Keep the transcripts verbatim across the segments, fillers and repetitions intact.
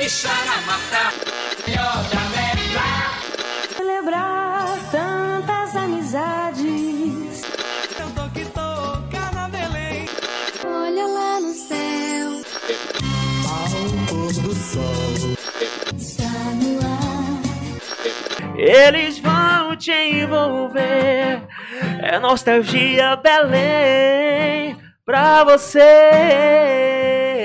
Celebrar tantas amizades. Eu tô que toca na Belém. Olha lá no céu. Ao pôr do sol. Está no ar. Eles vão te envolver. É nostalgia Belém pra você.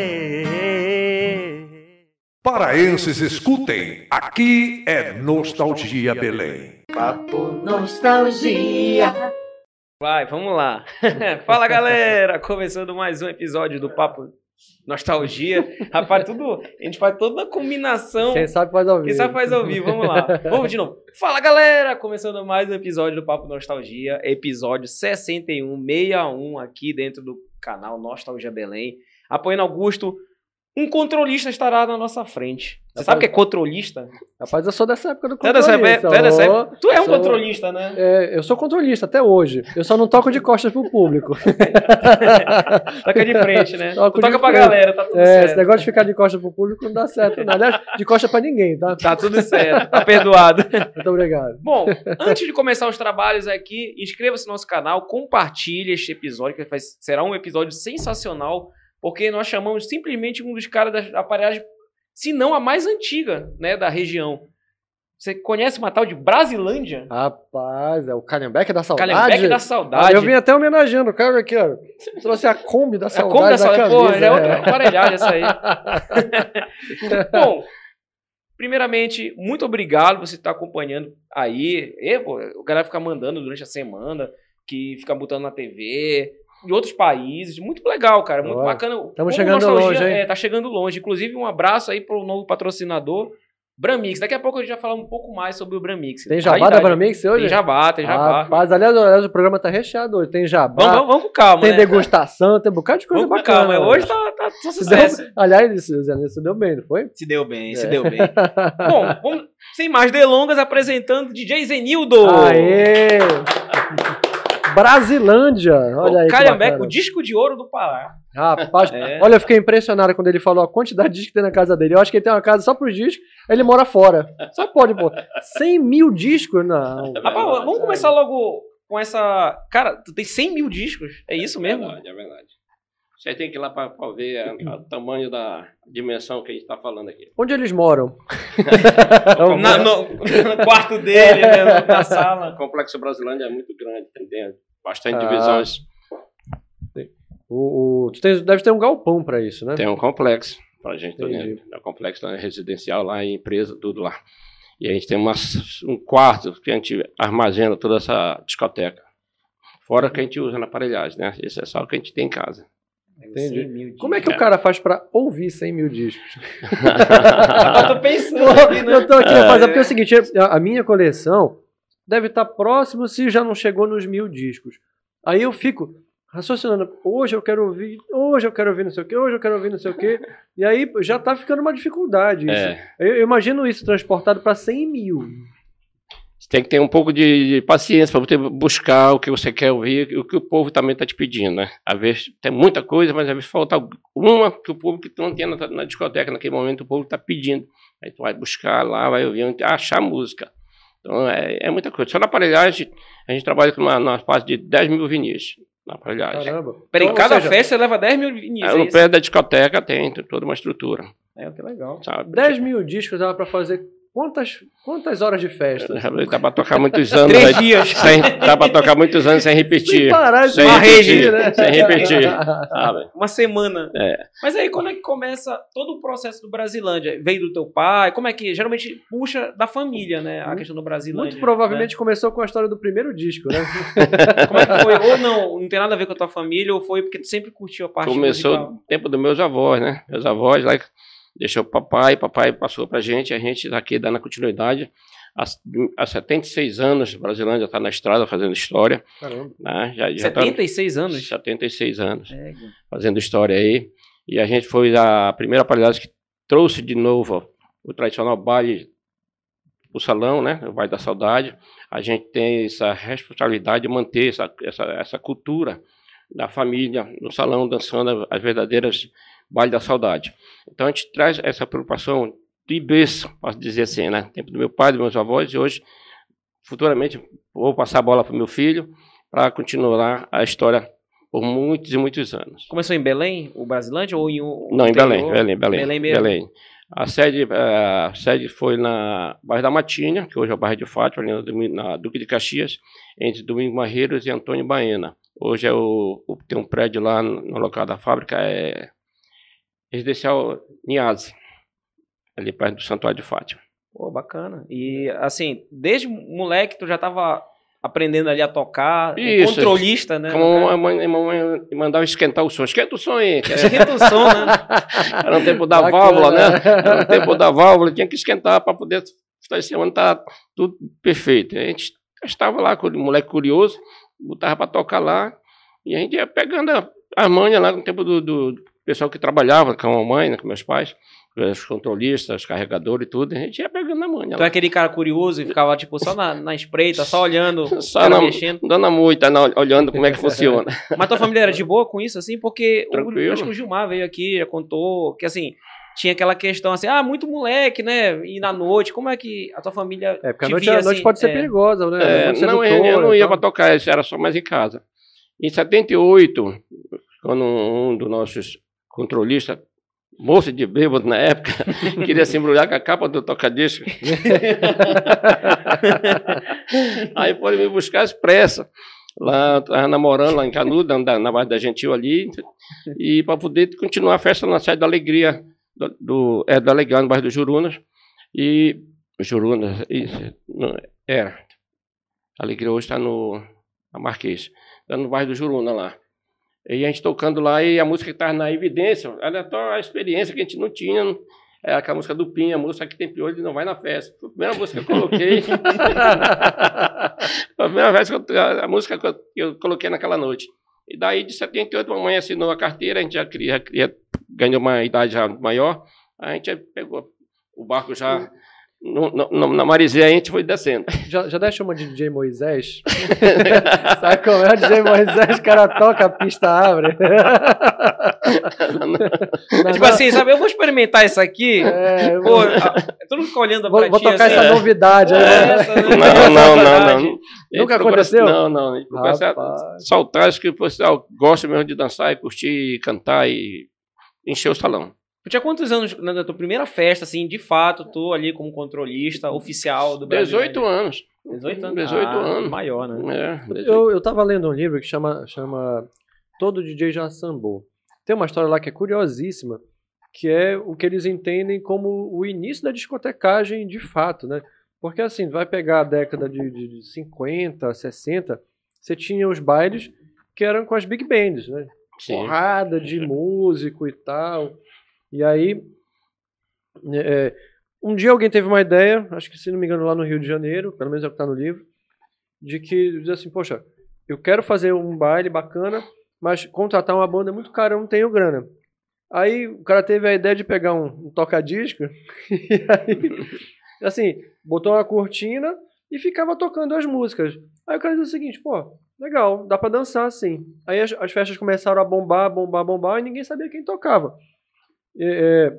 Paraenses, escutem, aqui é Nostalgia Belém. Papo Nostalgia. Vai, vamos lá. Fala, galera, começando mais um episódio do Papo Nostalgia. Rapaz, tudo, a gente faz toda a combinação. Quem sabe faz ao vivo. Quem sabe faz ao vivo, vamos lá. Vamos de novo. Fala, galera, começando mais um episódio do Papo Nostalgia, episódio sessenta e um, sessenta e um, aqui dentro do canal Nostalgia Belém. Apoiando Augusto. Um controlista estará na nossa frente. Você Rapaz, sabe o que é controlista? Rapaz, eu sou dessa época do Tu é dessa controlista. época? Tu é, dessa Sou- época? Tu é um sou- controlista, né? É, eu sou controlista até hoje. Eu só não toco de costas pro público. Toca de frente, né? Toco Tu toca de pra frente. galera, tá tudo É, certo. esse negócio de ficar de costas pro público não dá certo, não. Aliás, de costas pra ninguém, tá? Tá tudo certo, tá perdoado. Muito obrigado. Bom, antes de começar os trabalhos aqui, inscreva-se no nosso canal, compartilhe este episódio, que vai- será um episódio sensacional, porque nós chamamos simplesmente um dos caras da aparelhagem, se não a mais antiga, né, da região. Você conhece uma tal de Brasilândia? Rapaz, é o Calhambeque da Saudade. Calhambeque da Saudade. Eu vim até homenageando o cara aqui, ó. Trouxe a Kombi da A Saudade. Kombi da Saudade, na pô, camisa, já é outra é. aparelhagem essa aí. Bom, primeiramente, muito obrigado por você estar acompanhando aí. E, pô, o galera fica mandando durante a semana, que fica botando na T V, de outros países. Muito legal, cara. Muito Ó, bacana. tamo Como chegando Nostalgia, longe, hein? É, tá chegando longe. Inclusive, um abraço aí pro novo patrocinador, Bramix. Daqui a pouco a gente vai falar um pouco mais sobre o Bramix. Tem jabá da Raridade. Bramix hoje? Tem jabá, tem jabá. Rapaz, aliás, aliás, o programa tá recheado hoje. Tem jabá, Vamos, vamos, vamos com calma, tem né? degustação, tem um bocado de coisa Vamos com bacana. calma. Hoje tá, tá só Se sucesso. deu- aliás, Zé, você deu bem, não foi? Se deu bem, se É. deu bem. Bom, vamos, sem mais delongas, apresentando D J Zenildo. Aê! Brasilândia! Olha aí. O que Calhambeque, bacana. o disco de ouro do Pará. Rapaz, É. olha, eu fiquei impressionado quando ele falou a quantidade de discos que tem na casa dele. Eu acho que ele tem uma casa só pros discos, aí ele mora fora. Só pode, pô. cem mil discos? Não. Rapaz, vamos começar logo com essa... Cara, tu tem cem mil discos? É isso mesmo? É verdade, é verdade. Você tem que ir lá para ver a- a- o tamanho da dimensão que a gente está falando aqui. Onde eles moram? Na- no, no quarto dele, né, na sala. O Complexo Brasilândia é muito grande, tem bastante Ah. divisões. O, o- tu tens- deve ter um galpão pra isso, né? Tem um complexo para a gente, Entendi. né? O complexo é residencial lá, em empresa, tudo lá. E a gente tem umas, um quarto que a gente armazena toda essa discoteca. Fora que a gente usa na aparelhagem, né? Isso é só o que a gente tem em casa. Entendi. cem mil Como é que discos. o cara faz pra ouvir cem mil discos? Eu tô pensando aqui, né? Eu tô aqui a fazer, porque é o seguinte, a a minha coleção deve estar próximo se já não chegou nos mil discos. Aí eu fico raciocinando, hoje eu quero ouvir, hoje eu quero ouvir não sei o que, hoje eu quero ouvir não sei o que, e aí já tá ficando uma dificuldade isso. É. Eu, eu imagino isso transportado para cem mil. Você tem que ter um pouco de, de paciência para você buscar o que você quer ouvir, o que o povo também está te pedindo, né? Às vezes tem muita coisa, mas às vezes falta uma que o público não tem na, na discoteca naquele momento, o povo está pedindo. Aí tu vai buscar lá, vai ouvir, achar música. Então é, é muita coisa. Só na aparelhagem, a gente trabalha com uma, uma fase de dez mil vinis na aparelhagem. Caramba. Peraí, Então, ou cada seja, festa leva dez mil vinis. Aí é no isso? pé da discoteca tem toda uma estrutura, É, que legal. sabe? dez mil discos dava para fazer quantas, quantas horas de festa? Dá para tocar muitos anos. Três aí, dias. Sem, dá para tocar muitos anos sem repetir. Sem parar de sem uma repetir, rede, né? sem repetir. Sabe? Uma semana. É. Mas aí, quando é que começa todo o processo do Brasilândia? Veio do teu pai? Como é que... Geralmente puxa da família, né? A questão do Brasilândia. Muito provavelmente começou com a história do primeiro disco, né? Né? Como é que foi? Ou não, não tem nada a ver com a tua família, ou foi porque tu sempre curtiu a parte Começou musical? no tempo dos meus avós, né? Meus avós lá deixou o papai, papai passou pra gente, a gente daqui dando continuidade. Há, há setenta e seis anos, a Brasilândia está na estrada fazendo história. Caramba. Né? Já, já setenta e seis tá, anos? setenta e seis anos É, fazendo história aí. E a gente foi a primeira aparelhagem que trouxe de novo o tradicional baile, o salão, né? O baile da saudade. A gente tem essa responsabilidade de manter essa, essa, essa cultura da família no salão dançando as verdadeiras baile da saudade. Então a gente traz essa preocupação de berço, posso dizer assim, né? Tempo do meu pai, dos meus avós, e hoje, futuramente, vou passar a bola para o meu filho para continuar a história por muitos e muitos anos. Começou em Belém, o Brasilândia, ou em um Não, em Belém, interior? Belém, Belém. Belém mesmo? Belém. A sede, a sede foi na bairro da Matinha, que hoje é o bairro de Fátima, ali na, na Duque de Caxias, entre Domingo Marreiros e Antônio Baena. Hoje é o, o, tem um prédio lá no, no local da fábrica, é residencial Niase, ali perto do Santuário de Fátima. Pô, bacana. E, assim, desde moleque tu já tava aprendendo ali a tocar, Isso, controlista, né? Como a mãe, a mãe mandava esquentar o som. Esquenta o som aí. Esquenta o som, né? Era o tempo da Bacana. válvula, né? Era o tempo da válvula, tinha que esquentar para poder estar esse ano tá tudo perfeito. A gente estava lá com o moleque curioso, botava para tocar lá, e a gente ia pegando a, a manha lá no tempo do, do pessoal que trabalhava com a mamãe, né, com meus pais, os controlistas, os carregadores e tudo, a gente ia pegando a manha. Tu é aquele cara curioso e ficava, tipo, só na, na espreita, só olhando, Só na, mexendo. dando a moita, na, olhando como é que funciona. Mas tua família era de boa com isso, assim? Porque Tranquilo. o, acho que o Gilmar veio aqui, já contou, que assim, tinha aquela questão assim, ah, muito moleque, né? E na noite, como é que a tua família É, porque a te noite, via, a noite assim, pode ser é, perigosa, né? É, Muito não, eu, sedutora eu não e ia tal. para tocar, isso era só mais em casa. Em setenta e oito, quando um dos nossos controlistas, moço de bêbado na época, queria se embrulhar com a capa do toca-disco. Aí foram me buscar às pressas. Lá, estava namorando lá em Canudo, na, na base da Gentil ali, e para poder continuar a festa na sede da Alegria, do, do, é, da Alegria, no bairro do Jurunas. E. Jurunas, isso, não, era. A Alegria hoje está no na Marquês, está no bairro do Juruna lá. E a gente tocando lá e a música que estava na evidência, era só a experiência que a gente não tinha. É aquela música do Pinha, a música que tem piolho e não vai na festa. Foi a primeira música que eu coloquei. Foi a primeira vez que eu, a música que eu, que eu coloquei naquela noite. E daí, de setenta e oito, a mamãe assinou a carteira, a gente já, queria, queria, ganhou uma idade já maior, a gente já pegou o barco já. No, no, na Marizia a gente foi descendo. Já, já deixa uma de D J Moisés? Sabe como é o D J Moisés? O cara toca, a pista abre. É tipo assim, sabe, eu vou experimentar isso aqui. É, Pô, a- todo mundo fica olhando vou, pra vou ti, tocar assim, essa é, novidade. aí. essa, né? Não, não, não, Verdade. não. A gente Nunca procura- aconteceu? Não, não. A gente procura se- Rapaz. soltar, acho que o pessoal gosta mesmo de dançar e curtir, cantar e encher o salão. Tu tinha quantos anos na tua primeira festa, assim, de fato, tu ali como controlista oficial do Brasil? dezoito anos. dezoito anos? dezoito Ah, anos. maior, né? É, Eu, eu tava lendo um livro que chama, chama Todo D J Já Sambou. Tem uma história lá que é curiosíssima, que é o que eles entendem como o início da discotecagem de fato, né? Porque assim, vai pegar a década de, de, de cinquenta, sessenta, você tinha os bailes que eram com as big bands, né? sim. Porrada de músico e tal. E aí, é, um dia alguém teve uma ideia, acho que se não me engano lá no Rio de Janeiro, pelo menos é o que está no livro, de que diz assim, poxa, eu quero fazer um baile bacana, mas contratar uma banda é muito caro, eu não tenho grana. Aí o cara teve a ideia de pegar um, um toca-disco e aí, assim, botou uma cortina e ficava tocando as músicas. Aí o cara disse o seguinte, pô, legal, dá pra dançar assim. Aí as, as festas começaram a bombar, bombar, bombar e ninguém sabia quem tocava. É, é,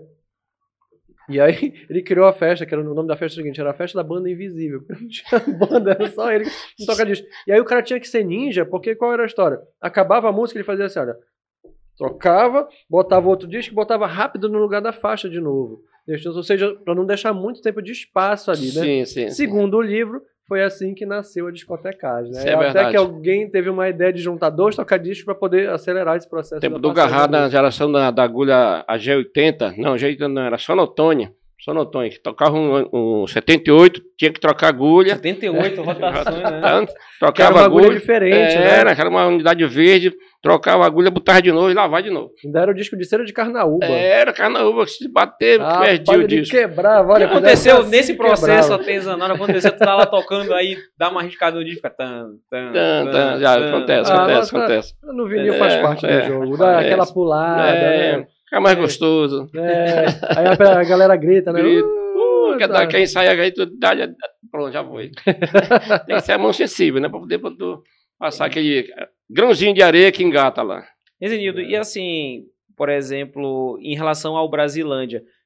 e aí ele criou a festa, que era o nome da festa seguinte, era a festa da banda invisível. Não tinha banda, era só ele que toca disco. E aí o cara tinha que ser ninja, porque qual era a história? Acabava a música, ele fazia assim, olha, trocava, botava outro disco e botava rápido no lugar da faixa de novo. Ou seja, para não deixar muito tempo de espaço ali, né? Sim, sim. Segundo o livro, foi assim que nasceu a discotecagem. Né? Isso é Até verdade. que alguém teve uma ideia de juntar dois tocadiscos para poder acelerar esse processo. Tempo da do passagem Garrado, da na música. geração da, da agulha a G oitenta, não, G oitenta não, era Sonotone, Sonotone, que tocava um, um setenta e oito, tinha que trocar agulha, setenta e oito rotações, né? tanto, Que era trocava uma agulha agulha, diferente, é, né? era, era uma unidade verde, trocava a agulha, botava de novo e lavava de novo. Ainda era o disco de cera de carnaúba. Era, carnaúba, se bater, Ah, perdia para o de disco. quebrava, O que olha, aconteceu quando era nesse assim, processo quebrava. artesanal? Aconteceu, tu tá lá tocando aí, dá uma arriscada no disco, fica tan, tan, Tan, tan, já acontece, Ah, acontece, nossa, acontece. No vinil faz É, parte é, do jogo, dá é, aquela pulada, É, né? fica mais gostoso. É, aí a, a galera grita, né? Grita. Uh, Quer, tá. dar, quer ensaiar aí, tu dá, já, pronto, já foi. Tem que ser a mão sensível, né? Pra poder, pra tu passar aquele grãozinho de areia que engata lá. Resinildo, e assim, por exemplo, em relação ao Brasilândia,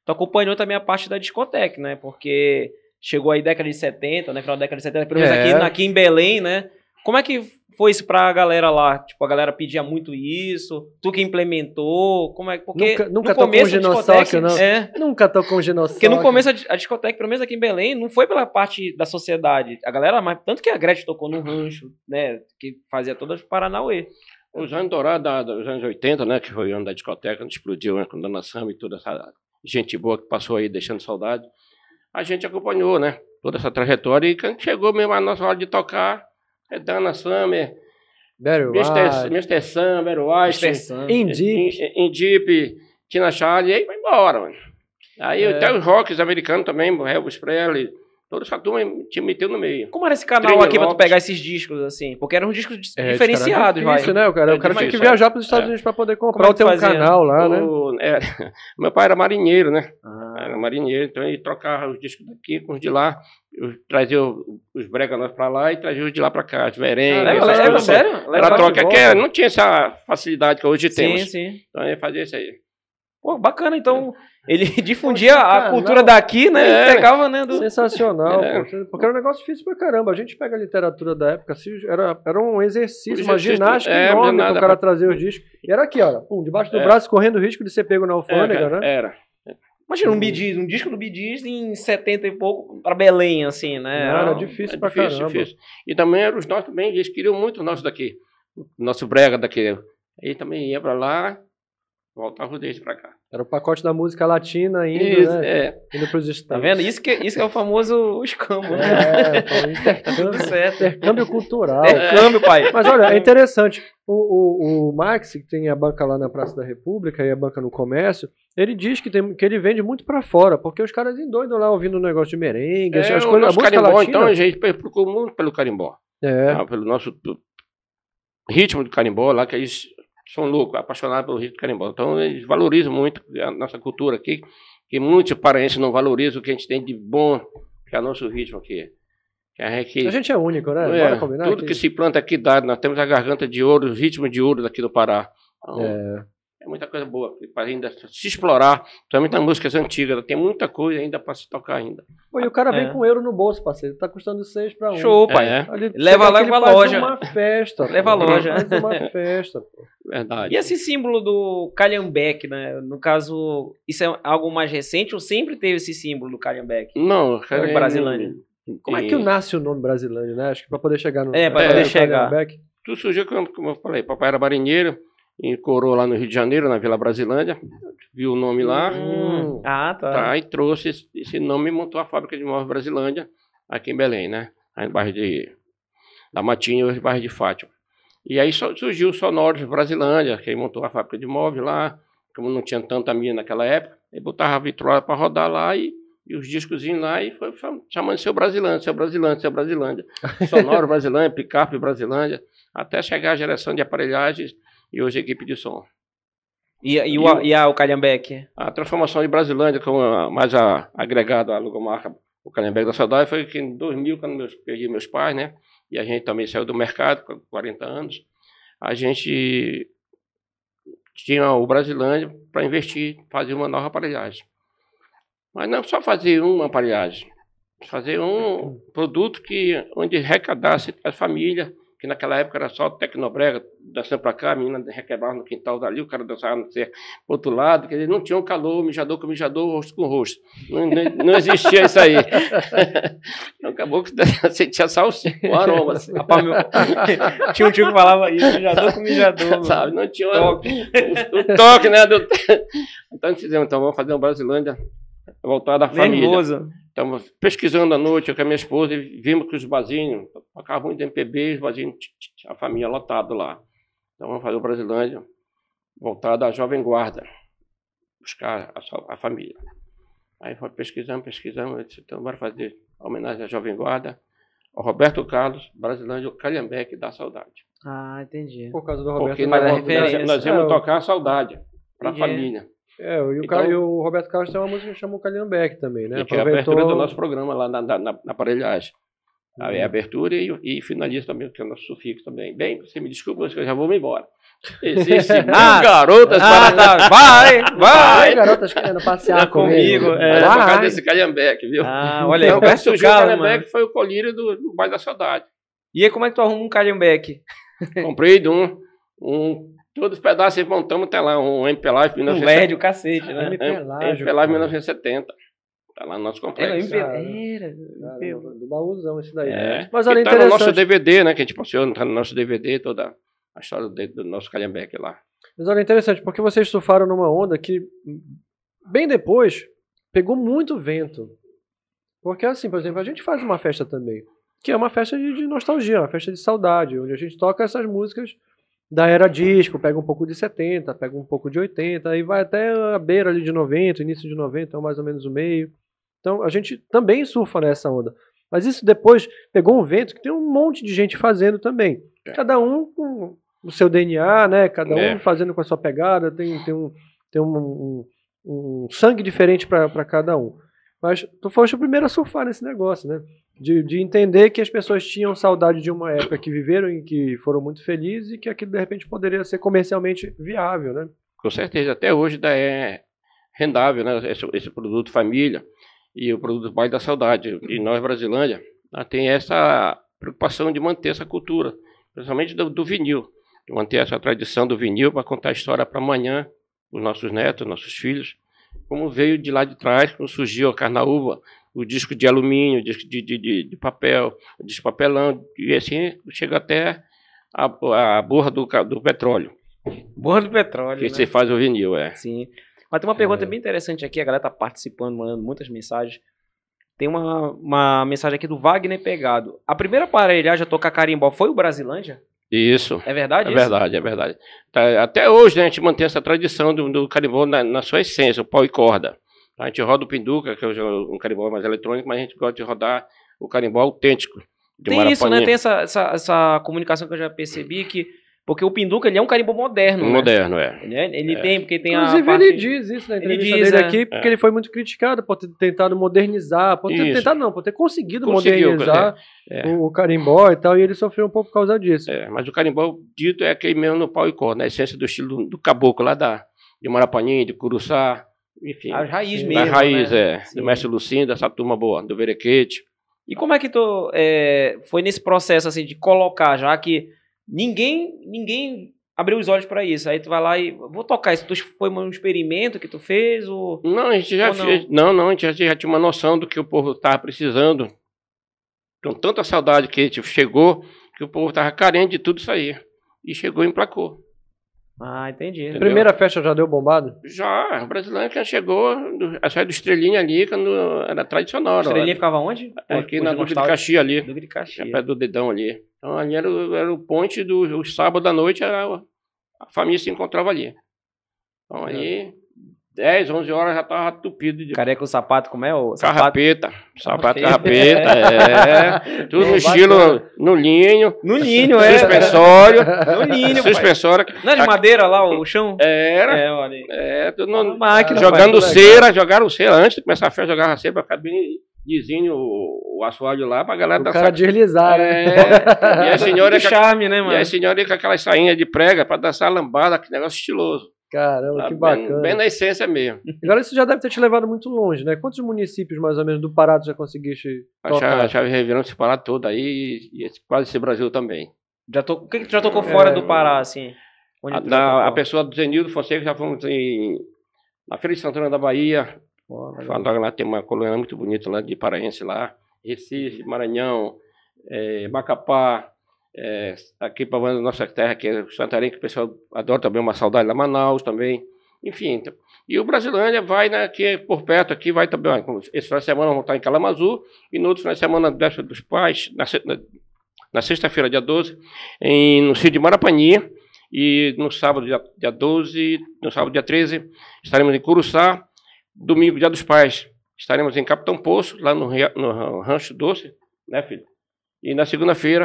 tu acompanhou também a parte da discoteca, né? Porque chegou aí década de setenta, né? Final da década de setenta, pelo menos É. aqui, aqui em Belém, né? Como é que foi isso pra galera lá? Tipo, a galera pedia muito isso, tu que implementou, como é que... Porque Nunca- nunca no tocou começo um a Ginossauro, discoteca... não? É, Nunca tocou um Ginossauro. porque no começo a, di- a discoteca, pelo menos aqui em Belém, não foi pela parte da sociedade. A galera, mas tanto que a Gretchen tocou no rancho, né? Que fazia todas os Paranauê. Os anos dourados da- dos anos oitenta, né, que foi o ano da discoteca, onde explodiu, né, com Dona Samba e toda essa gente boa que passou aí deixando saudade, a gente acompanhou, né, toda essa trajetória e quando chegou mesmo a nossa hora de tocar, é Dona Samba, Barry mister White, mister Sam, Barry White, Mister Sam. Indie. Indip, Tina Charlie, e aí vai embora, mano. Aí É. até os rocks americanos também, Elvis Presley, toda essa turma te meteu no meio. Como era esse canal Trini aqui pra tu Lopes. pegar esses discos, assim? Porque eram discos di- É, diferenciados, cara, é difícil, vai. né? O cara, É o cara tinha que difícil, viajar para os Estados é. Unidos para poder Como comprar é ou que ter um fazia? canal lá, né? O- é, meu pai era marinheiro, né? Ah. Era marinheiro, então ele trocava os discos daqui com os de lá, eu trazia o- os brega nós pra lá e trazia os de lá pra cá, os merengues. Ah, Leva, essas leva, coisas. sério? Era Leva troca, de que volta. não tinha essa facilidade que hoje Sim, temos. sim. Então ele fazia isso aí. Pô, bacana, então ele difundia Poxa, a canal. cultura daqui, né? É. E pegava, né? Do... Sensacional, É. pô. Porque era um negócio difícil pra caramba. A gente pega a literatura da época, assim, era, era um exercício, Um uma exercício, ginástica é, enorme nada pro cara pra- trazer os discos. E era aqui, ó, pum, debaixo do É. braço, correndo o risco de ser pego na alfândega, É, né? Era. Imagina um Bee Gees, um disco do Bee Gees em setenta e pouco pra Belém, assim, né? Não, era um- difícil É pra difícil, caramba. difícil. E também eram os nossos também, eles queriam muito os nossos daqui. O nosso brega daqui. Aí também ia pra lá, voltava o deles pra cá. Era o pacote da música latina indo, Isso, né? é. Indo pros Estados. Tá vendo? Isso que, isso que é o famoso escambo, né? É, pô, intercâmbio, Tudo certo. intercâmbio cultural. Intercâmbio, pai. Mas olha, é interessante. O, o, o Max, que tem a banca lá na Praça da República e a banca no comércio, ele diz que, tem, que ele vende muito pra fora, porque os caras endoidam lá ouvindo um negócio de merengue, É, as o coisas, a nosso música carimbó, latina. então, a gente procurou muito pelo carimbó. É, Ah, pelo nosso tu- ritmo do carimbó lá, que eles são loucos, apaixonados pelo ritmo do carimbó. Então, eles valorizam muito a nossa cultura aqui, que muitos paraenses não valorizam o que a gente tem de bom, que é o nosso ritmo aqui. Que a gente, a gente é único, né? é, Bora combinar tudo aqui? que se planta aqui dá. Nós temos a garganta de ouro, o ritmo de ouro daqui do Pará. Então, É. é muita coisa boa para ainda se explorar. Tem muitas músicas antigas, tem muita coisa ainda para se tocar ainda. Pô, e o cara vem É. com euro no bolso, parceiro. Tá custando seis pra um. Show, pai. É, Ali, Leva chega lá aqui, pra ele faz loja. uma festa. Leva pô. a loja. Faz uma festa, pô. verdade. E esse símbolo do calhambeque, né? No caso, isso é algo mais recente ou sempre teve esse símbolo do calhambeque? Não, cara, Em Brasilândia. Como é que nasce o nome brasileiro, né? Acho que pra poder chegar no... É, pra É, poder no chegar. Calhambeque. Tudo surgiu, como, como eu falei, papai era marinheiro, incorou lá no Rio de Janeiro, na Vila Brasilândia, viu o nome lá, Hum. Ah, tá. tá, e trouxe esse, esse nome e montou a fábrica de móveis Brasilândia, aqui em Belém, né? Aí no bairro de, da Matinha e no bairro de Fátima. E aí só- surgiu o Sonoros Brasilândia, que aí montou a fábrica de móveis lá, como não tinha tanta minha naquela época, ele botava a vitrola para rodar lá e, e os discozinhos lá e foi cham- chamando seu Brasilândia, seu Brasilândia, seu Brasilândia. Sonoro Brasilândia, picape Brasilândia, até chegar a geração de aparelhagens e hoje a equipe de som. E, e, E o, o- e a, o calhambeque? A transformação de Brasilândia, como a- mais a, agregado à logomarca, o Calhambeque da Saudade, foi que em dois mil, quando meus, perdi meus pais, né? E a gente também saiu do mercado, com quarenta anos, a gente tinha o Brasilândia para investir, fazer uma nova aparelhagem. Mas não só fazer uma aparelhagem, fazer um produto que, onde arrecadasse a família, que naquela época era só tecnobrega, dançando para cá, a menina requebrava no quintal dali, o cara dançava no cerco pro outro lado, quer dizer, não tinha um calor, mijador com mijador, rosto com rosto. Não, não, não existia isso aí. Então, acabou que sentia só o aroma. Assim. Rapaz, meu- Tinha um tio que falava isso, mijador com mijador. Sabe, não tinha Toque. o, o toque, né? Do... Então, nós fizemos, então, vamos fazer uma Brasilândia voltada à família. Nervoso. Estamos pesquisando à noite com a minha esposa e vimos que os barzinhos, tocavam muito M P B, os barzinhos, a família lotado lá. Então vamos fazer o Brasilândia voltado à Jovem Guarda, buscar a, sua- a família. Aí foi pesquisando, pesquisando, eu disse, então bora fazer a homenagem à Jovem Guarda, ao Roberto Carlos, Brasilândia, o Calhambeque da Saudade. Ah, entendi. Por causa do Roberto. Porque Mas nós, a nós, referência- nós íamos É, o- tocar a saudade para a Entendi. família. É, e o, Então- cara, e o Roberto Carlos tem uma música que chama o Calhambeque também, né? E que é a abertura do nosso programa lá na, na, na- na aparelhagem. Aí é abertura e, e finaliza também, que é o nosso sufixo também. Bem, você me desculpa, mas eu já vou me embora. Existe mil Ah, garotas Ah, para tá. Vai, Ai, vai. garotas querendo passear Tá comigo, comigo. é. é, por causa Vai. desse calhambeque, viu? Ah, olha aí, Então, Roberto surgiu o Carlos, mano. calhambeque foi o colírio do, do bairro da saudade. E aí, como é que tu arruma um calhambeque? Comprei de um, um, todos os pedaços e montamos até lá, um M P Live Um L E D, o cacete, né? M P M Live, P Live mil novecentos e setenta. Tá lá no nosso Era, complexo. M P... cara. Era. Caramba, do baúzão esse daí. É. Mas E olha, tá no nosso interessante. D V D, né? Que a gente passou, tá no nosso D V D toda a história do, do nosso calhambeque lá. Mas olha, interessante, porque vocês surfaram numa onda que, bem depois, pegou muito vento. Porque assim, por exemplo, a gente faz uma festa também, que é uma festa de, de nostalgia, uma festa de saudade, onde a gente toca essas músicas da era disco, pega um pouco de setenta, pega um pouco de oitenta, e vai até a beira ali de noventa, início de noventa, ou mais ou menos o meio. Então a gente também surfa nessa onda. Mas isso depois pegou um vento que tem um monte de gente fazendo também. Cada um com o seu D N A, né? Cada um É. fazendo com a sua pegada, tem, tem, um, tem um, um, um sangue diferente para cada um. Mas tu foste o primeiro a surfar nesse negócio, né? De, de entender que as pessoas tinham saudade de uma época que viveram e que foram muito felizes e que aquilo de repente poderia ser comercialmente viável, né? Com certeza, até hoje ainda é rendável, né? Esse, esse produto família e o produto bairro da saudade. E nós, Brasilândia, nós tem essa preocupação de manter essa cultura, principalmente do, do vinil, de manter essa tradição do vinil para contar a história para amanhã, os nossos netos, nossos filhos, como veio de lá de trás, como surgiu a carnaúba, o disco de alumínio, o disco de, de, de, de papel, o disco de papelão, e assim chega até a, a borra do, ca- do petróleo, Borra do petróleo, que né? você faz o vinil, é. Sim. Mas tem uma pergunta bem interessante aqui, a galera tá participando, mandando muitas mensagens. Tem uma, uma mensagem aqui do Wagner Pegado. A primeira aparelhagem a tocar carimbó foi o Brasilândia? Isso. É verdade É isso? verdade, é verdade. Tá, até hoje, né, a gente mantém essa tradição do, do carimbó na, na sua essência, o pau e corda. A gente roda o pinduca, que é um carimbó mais eletrônico, mas a gente gosta de rodar o carimbó autêntico. De Tem isso, né? Marapaninha. Tem essa, essa, essa comunicação que eu já percebi que... Porque o pinduca, ele é um carimbó moderno, né? Moderno, é. Ele, é- ele É. tem, porque tem Inclusive, a parte... ele diz isso na Ele entrevista diz, dele é. aqui, porque É. ele foi muito criticado por ter tentado modernizar, por ter Isso. tentado não, por ter conseguido Conseguiu, modernizar é. o, o carimbó e tal, e ele sofreu um pouco por causa disso. É, mas o carimbó dito é aquele mesmo no pau e corda, na essência do estilo do, do caboclo lá da, de Marapanim, de Curuçá, enfim. A raiz Sim. mesmo, Da raiz, né? é. Sim. Do mestre Lucinda, essa turma boa, do Verequete. E como é que tu é, foi nesse processo assim de colocar, já que ninguém ninguém abriu os olhos pra isso? Aí tu vai lá e vou tocar isso. Tu foi um experimento que tu fez ou Não, a gente já Ou não? fez. Não, não, a gente já, já tinha uma noção do que o povo estava precisando. Com tanta saudade que a gente chegou, que o povo estava carente de tudo isso aí. E chegou e emplacou. Ah, entendi. Entendeu? Primeira festa já deu bombado? Já, o brasileiro que chegou, do- a saída do Estrelinha ali, quando era tradicional. A estrelinha ficava onde? Aqui Hoje na Duque de nostálgico. Caxias ali. Duque de Caxias. Perto do dedão ali. Então ali era, o- era o ponte do o sábado à noite, era, o- a família se encontrava ali. Então aí, dez, onze horas já estava tupido de Careca o sapato, como é? O sapato? carrapeta. Sapato Carrapeta. carrapeta, é. Tudo Bom, no estilo no linho. No ninho, é. Suspensório. No ninho, pai. Suspensório. Não é de madeira lá, o chão? Era. É, olha aí. É, tudo Uma no, máquina, jogando pai, cera, jogaram cera antes de começar a festa, jogava cera pra cabine, dizinho o, o assoalho lá pra galera O dançar. cara deslizar, né? É, e a senhora Que charme, né, E mano? a senhora com aquela sainha de prega pra dançar lambada, que negócio estiloso. Caramba, Tá que bem- bacana. Bem na essência mesmo. Agora isso já deve ter te levado muito longe, né? Quantos municípios, mais ou menos, do Pará tu já conseguiste A tocar? chave, a chave revirando se parar toda aí e esse- quase esse Brasil também. Já tô... O que que tu já tocou fora É. do Pará, assim? Onde A, tu já na- a tocou? pessoa do Zenildo Fonseca já fomos em, na Feira de Santana da Bahia. Pô, legal. Falaram lá tem uma colônia muito bonita lá de paraense lá. Recife, Maranhão, eh, Macapá, eh, aqui para a nossa terra, que é Santarém, que o pessoal adora também, uma saudade lá, Manaus também. Enfim, então, e o Brasilândia vai né, aqui por perto, aqui vai também. Ó, esse final de semana vão estar em Calamazu e no outro final de semana, Festa dos Pais, na, se- na, na sexta-feira, dia doze, em, no sítio de Marapaninha. E no sábado, dia, dia doze, no sábado, dia treze, estaremos em Curuçá. Domingo, dia dos Pais, estaremos em Capitão Poço, lá no, ria- no Rancho Doce, né, filho? E na segunda-feira,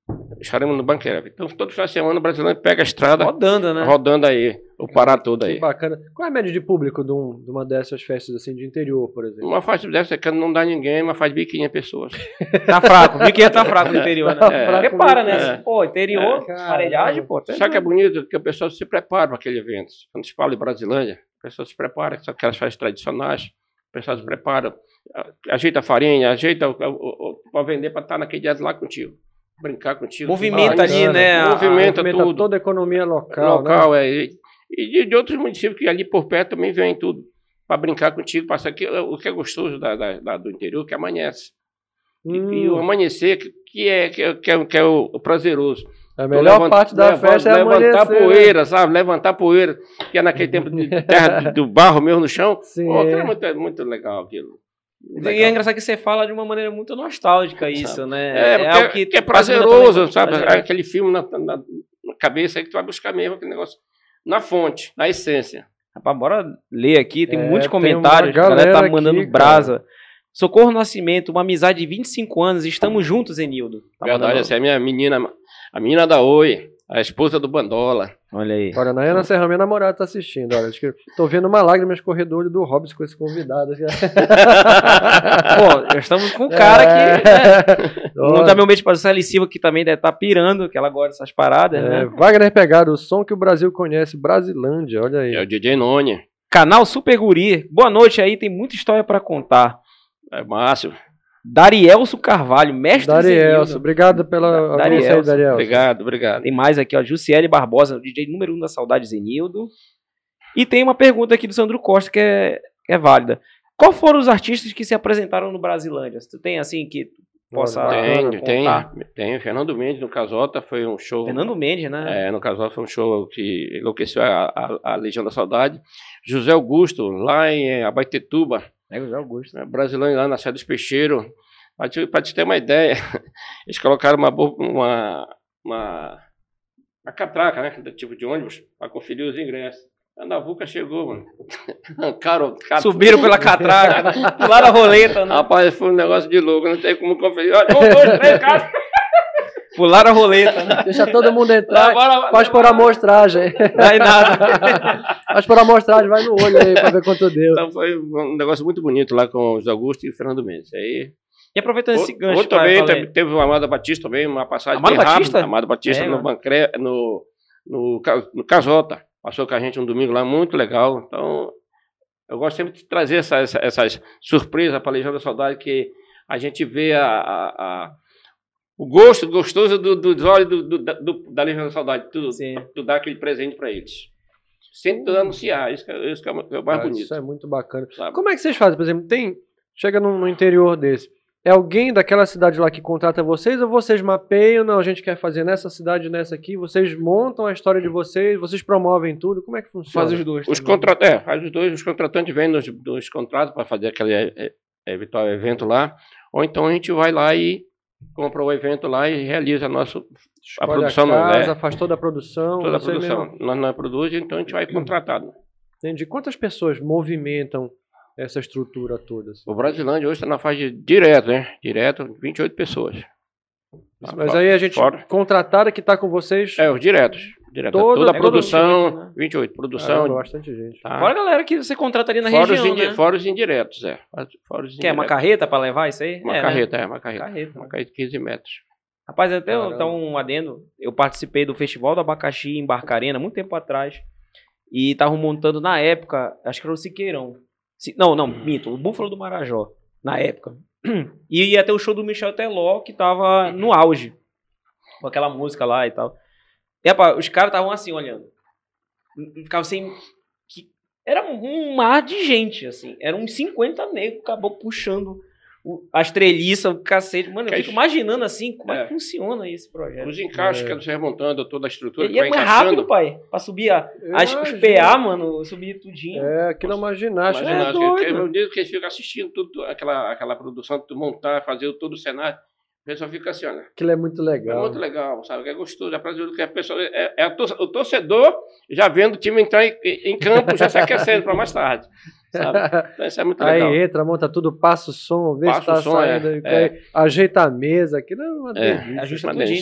Estaremos no Banqueira. Então, todo final de semana o brasileiro pega a estrada Rodando, né? rodando aí, o Pará todo Que aí. bacana. Qual é a média de público de, um- de uma dessas festas assim de interior, por exemplo? Uma faixa dessa que não dá ninguém, mas faz mil e quinhentas pessoas. Tá fraco. Viu que ia tá fraco no interior, né? Tá É. fraco Repara, né? mesmo. Pô, interior, É. aparelhagem, pô. tá Só que é doido. bonito que o pessoal se prepara para aquele evento. Quando se fala em Brasilândia, o pessoal se prepara, são aquelas festas tradicionais, o pessoal se prepara, a- ajeita a farinha, ajeita para vender para estar naquele dia lá contigo, brincar contigo. Movimenta Ah, ali, Bacana. né? a- Movimenta Movimenta tudo. toda a economia local, local, é. E, e de, de outros municípios que ali por perto também vem tudo, para brincar contigo, passar aqui. O que é gostoso da, da- da- do interior, que amanhece. né? E, Hum, e o amanhecer, que, que, é, que, é, que, é, que é o, o prazeroso. a melhor Levant- parte da leva- festa é levantar amanhecer, né? poeira, sabe? Levantar poeira, que é naquele tempo de terra, do- do barro mesmo no chão. Sim. Pô, aquilo é muito, muito legal aquilo. E Legal. é engraçado que você fala de uma maneira muito nostálgica isso, né? É, porque algo é, que é passa prazeroso, também- sabe? Prazeroso. Aquele filme na, na, na cabeça aí que tu vai buscar mesmo, aquele negócio na fonte, na essência. Rapaz, bora ler aqui, tem É, muitos tem comentários, uma a galera tá galera mandando aqui, brasa. Socorro Nascimento, uma amizade de vinte e cinco anos, estamos juntos, Enildo. Tá Verdade, mandando- essa é a minha menina, a menina da Oi, a esposa do Bandola. Olha aí. Olha, a Nayana Serra, minha namorada, tá assistindo. Olha, acho que tô vendo uma lágrima escorrer do olho do Robson com esse convidado. Pô, nós estamos com um cara que... Né? Não Olha, dá meu beijo para a Sueli Silva, que também deve estar pirando, que ela gosta dessas paradas, é, né? Wagner Pegado, o som que o Brasil conhece, Brasilândia, olha aí. É o D J Noni, Canal Super Guri. Boa noite aí, tem muita história para contar. é Márcio. Darielso Carvalho, mestre Darielso, Zenildo. obrigado pela Da- audiência aí, Darielso, Darielso. Obrigado, obrigado. Tem mais aqui, ó. Jussiele Barbosa, D J número um da Saudade Zenildo. E tem uma pergunta aqui do Sandro Costa que é, que é válida. Qual foram os artistas que se apresentaram no Brasilândia? Se tu tem assim que tu possa Olha, Tem, tem, contar. tem. Fernando Mendes no Casota foi um show. Fernando Mendes, né? É, no Casota foi um show que enlouqueceu a, a, a Legião da Saudade. José Augusto, lá em Abaetetuba, É, José Augusto. né, brasileiro lá na Serra dos Peixeiros. Para te, pra te ter uma ideia, eles colocaram uma, bo- uma, uma, uma catraca, né, tipo de ônibus, para conferir os ingressos. A Navuca chegou, mano. Arrancaram, cat- Subiram pela catraca, pularam a roleta, né? Rapaz, foi um negócio de louco, não tem como conferir. Olha, um, dois, três, quatro. Pularam a roleta, né? Deixa todo mundo entrar, Agora- pode pôr a amostragem. Dá em nada. Pode pôr a amostragem, vai no olho aí pra ver quanto deu. Então foi um negócio muito bonito lá com o José Augusto e o Fernando Mendes. Aí, E aproveitando esse gancho, outro pra também, falar- teve, teve o Amado Batista também, uma passagem Amado bem rápida. Batista? Amado Batista É, no, mano. Bancre, no, no, Ca- no Casota. Passou com a gente um domingo lá, muito legal. Então, eu gosto sempre de trazer essa, essa, essas surpresas para a Legião da Saudade, que a gente vê a, a- a- o gosto gostoso do- dos olhos do, do- da- do- da Legião da Saudade. Tu, Sim. tu dá aquele presente para eles. Sem tu anunciar, isso que, é- isso que é o é o mais Ah, bonito. Isso é muito bacana. sabe? Como é que vocês fazem? Por exemplo, tem. Chega no, no interior desse. É alguém daquela cidade lá que contrata vocês ou vocês mapeiam? Não, a gente quer fazer nessa cidade, nessa aqui. Vocês montam a história de vocês, vocês promovem tudo. Como é que funciona? Faz os dois. Os também. contra... é, faz os dois, os contratantes vêm nos, nos contratos para fazer aquele é, é, eventual evento lá, ou então a gente vai lá e compra o evento lá e realiza a nossa Escolhe a produção, a casa, né? faz toda a produção. toda a você produção. mesmo- Nós não produzimos, então a gente vai contratado. Entendi. Quantas pessoas movimentam essa estrutura toda? assim? O Brasilândia hoje está na fase de direto, né? Direto, vinte e oito pessoas. Mas aí a gente Fora. contratada que está com vocês. É, os diretos. direto. Toda- Toda a é produção, todo né? vinte e oito, Caramba, produção. bastante gente. Tá? Fora a galera que você contrata ali na Fora, região, os indi- né? fora os indiretos, é. Fora os Que é uma indiretos. carreta pra levar isso aí? Uma É, né? carreta, é, uma carreta. Carreta. Uma carreta de quinze metros. Rapaz, até Caramba. então um adendo. Eu participei do Festival do Abacaxi em Barcarena, muito tempo atrás. E estavam montando na época, acho que era o Siqueirão. Si- Não, não, minto, o Búfalo do Marajó, na época. E ia ter o show do Michel Teló, que tava no auge. Com aquela música lá e tal. E, rapaz, os caras estavam assim, olhando. Ficavam sem... que- Era um mar de gente, assim. Eram uns cinquenta negros, acabou puxando o- as treliças, o cacete. Mano, eu Que fico isso? imaginando assim, como é, É. que funciona esse projeto. Os encaixes É. que eles remontando, toda a estrutura. E que é vai mais encaixando. rápido, pai. Pra subir a, Eu as, os imagino. P A, mano, subir tudinho. É, aquilo é uma ginástica. Imagina, É que- que- doido. eu digo que eles ficam assistindo tudo, aquela, aquela produção, tu montar, fazer todo o cenário. O pessoal fica assim, olha. Aquilo é muito É legal. muito legal, sabe? Que é gostoso. É prazeroso, que a pessoa, é, é a tor- o torcedor já vendo o time entrar em, em campo, já se aquecendo para mais tarde. Sabe? Então, isso é muito Aí legal. entra, monta tudo, passa o som, vê Passa se tá o som, é, saindo, é. aí ajeita a mesa, aquilo é uma É. delícia. Ajusta Mas tudinho.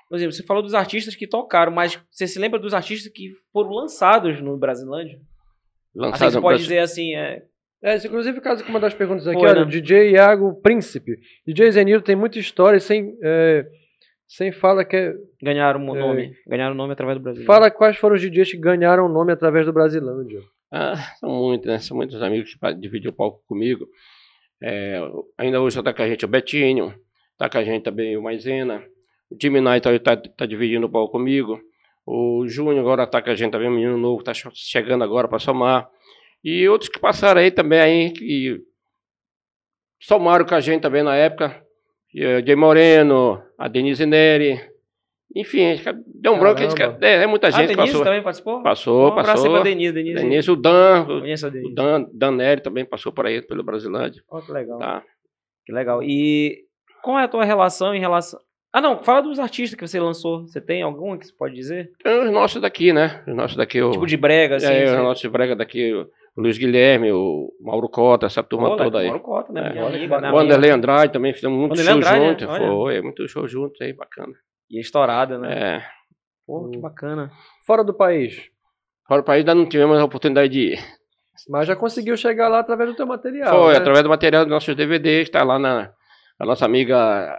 por exemplo, você falou dos artistas que tocaram, mas você se lembra dos artistas que foram lançados no Brasilândia? Assim, Lançado você no pode Brasil. dizer assim, é... É, isso, inclusive, caso com uma das perguntas aqui, Foi, olha, né? o D J Iago Príncipe. D J Zenildo tem muita história sem, é, sem fala que é, ganharam o É. nome. Ganharam o nome através do Brasil. fala quais foram os D Js que ganharam o nome através do Brasilândia. Ah, são muitos, né? São muitos amigos que pa- dividiram o palco comigo. É, ainda hoje está com a gente o Betinho, está com a gente também o Maisena, o Jimmy Knight está tá, tá dividindo o palco comigo, o Júnior agora está com a gente também, um menino novo, está chegando agora para somar. E outros que passaram aí também, aí, que somaram com a gente também na época. O Jay Moreno, a Denise Neri. Enfim, deu um branco. a gente- Caramba. É, é muita Ah, gente Denise passou. também participou? Passou, Um abraço aí passou. pra Denise. Denise. Denise, o Dan, o, Conheço a o Denise. Dan, Dan Neri também passou por aí, pelo Brasilândia. Ó, que legal. Tá. Que legal. E qual é a tua relação em relação... Ah, não. Fala dos artistas que você lançou. Você tem algum que você pode dizer? Tem os nossos daqui, né? Os nossos daqui, o, Tipo de brega, assim. é, você- os nossos brega daqui, o Luiz Guilherme, o Mauro Cota, essa turma Pô, toda aí. Mauro Cota, né? É. Minha Olha que amiga, né? O Anderlei Andrade também, fizemos muito Vanderlei show Andrade, junto. né? Olha. Foi, muito show junto aí, bacana. E estourada, né? É. Pô, que bacana. Fora do país. Fora do país ainda não tivemos a oportunidade de ir. Mas já conseguiu chegar lá através do teu material. Foi, né? através do material dos nossos D V Ds, está lá na a nossa amiga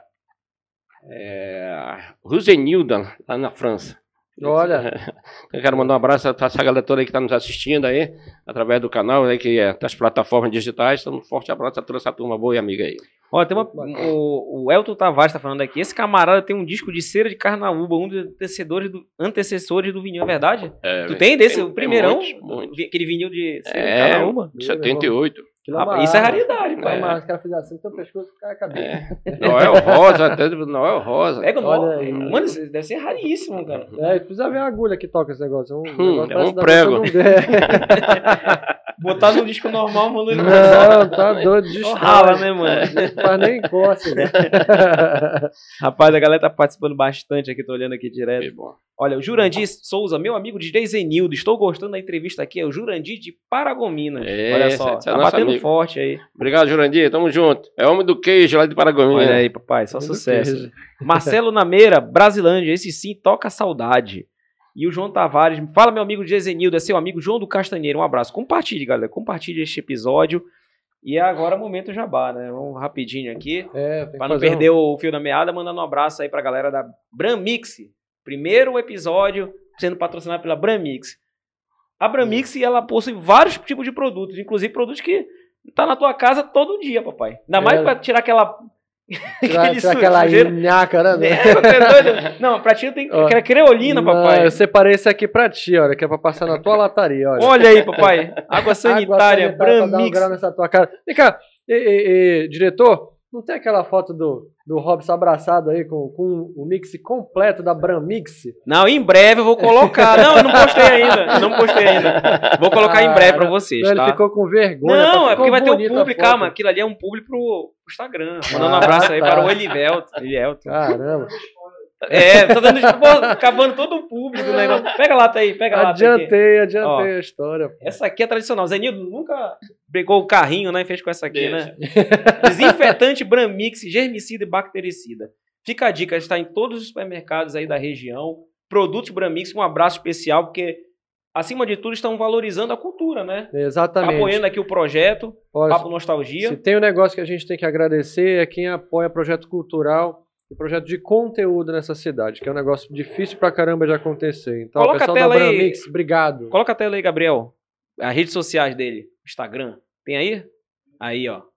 é, Rosenilda, lá na França. Olha, Eu quero mandar um abraço para essa galera toda aí que está nos assistindo aí, através do canal, aí, que é das plataformas digitais. Então, um forte abraço a toda essa turma boa e amiga aí. Ó, tem uma, o, o Elton Tavares tá falando aqui. Esse camarada tem um disco de cera de carnaúba, um dos antecessores do, antecessores do vinil, é verdade? É, Tu tem desse, tem- o tem primeirão? muitos, muitos. Vi- Aquele vinil de cera de É, carnaúba? setenta e oito. Rapaz, isso é raridade, Não, pai. mas os caras fizeram assim, teu pescoço cai a cabeça. É. Noel Rosa, até Noel Rosa. É, quando, Olha aí. mano, isso deve ser raríssimo, cara. É, precisa ver a agulha que toca esse negócio. É um, Hum, negócio é parece um da prego. boca de um dedo. Botar no disco normal, mano, ele Não, tá doido, destrói. rala, né, mano? Não faz nem encosta. Né? Rapaz, a galera tá participando bastante aqui, tô olhando aqui direto. Que bom. Olha, o Jurandir Souza, meu amigo D J Zenildo, estou gostando da entrevista aqui, é o Jurandir de Paragominas. É, Olha esse- só, esse é tá nosso batendo amigo. forte aí. Obrigado, Jurandir. Tamo junto. É homem do queijo lá de Paragominas. Olha aí, papai, só Do sucesso. queijo. Marcelo Nameira, Brasilândia, esse sim toca saudade. E o João Tavares, fala meu amigo D J Zenildo, é seu amigo João do Castanheiro, um abraço. Compartilhe, galera, compartilhe este episódio. E agora momento jabá, né? Vamos rapidinho aqui. É, tem Pra que não fazer perder o fio da meada, mandando um abraço aí pra galera da Bramix. Primeiro episódio sendo patrocinado pela Bramix. A Bramix, ela possui vários tipos de produtos, inclusive produtos que tá na tua casa todo dia, papai. Ainda mais É. pra tirar aquela... Tirar, aquele tirar su- aquela sujeira. nhaca, né? É, você é doido? Não, pra ti tem Ó, aquela creolina, Não, papai. eu separei esse aqui pra ti, olha, que é pra passar na tua lataria, olha. Olha aí, papai. Água sanitária, Água sanitária pra dar um Bramix. grau nessa tua cara. Vem cá, e, e- e, diretor, não tem aquela foto do, do Robson abraçado aí com, com o mix completo da Bramix? Não, em breve eu vou colocar. Não, eu não postei ainda. Eu não postei ainda. Vou colocar em breve pra vocês, Então ele tá? ficou com vergonha. Não, pô, é ficou porque vai ter o bonita a público, foto. calma, aquilo ali é um público pro Instagram. Mandando um Ah, abraço aí tá. para o Elivelto. Elivelto. Caramba. É, tá dando, pô, acabando todo o público do negócio. Pega a lata aí, pega a lata aqui. Adiantei, adiantei Ó. a história. pô. Essa aqui é tradicional. Zenildo nunca pegou o carrinho, né, e fez com essa aqui, Deixa. né? Desinfetante Bramix, germicida e bactericida. Fica a dica, está em todos os supermercados aí da região. Produtos Bramix, um abraço especial, porque, acima de tudo, estão valorizando a cultura, né? Exatamente. Apoiando aqui o projeto, Olha, Papo Nostalgia. se tem um negócio que a gente tem que agradecer é quem apoia projeto cultural e projeto de conteúdo nessa cidade, que é um negócio difícil pra caramba de acontecer. Então, Coloca pessoal a tela da aí. Bramix, obrigado. Coloca a tela aí, Gabriel. As redes sociais dele. Instagram. Tem aí? Aí, ó.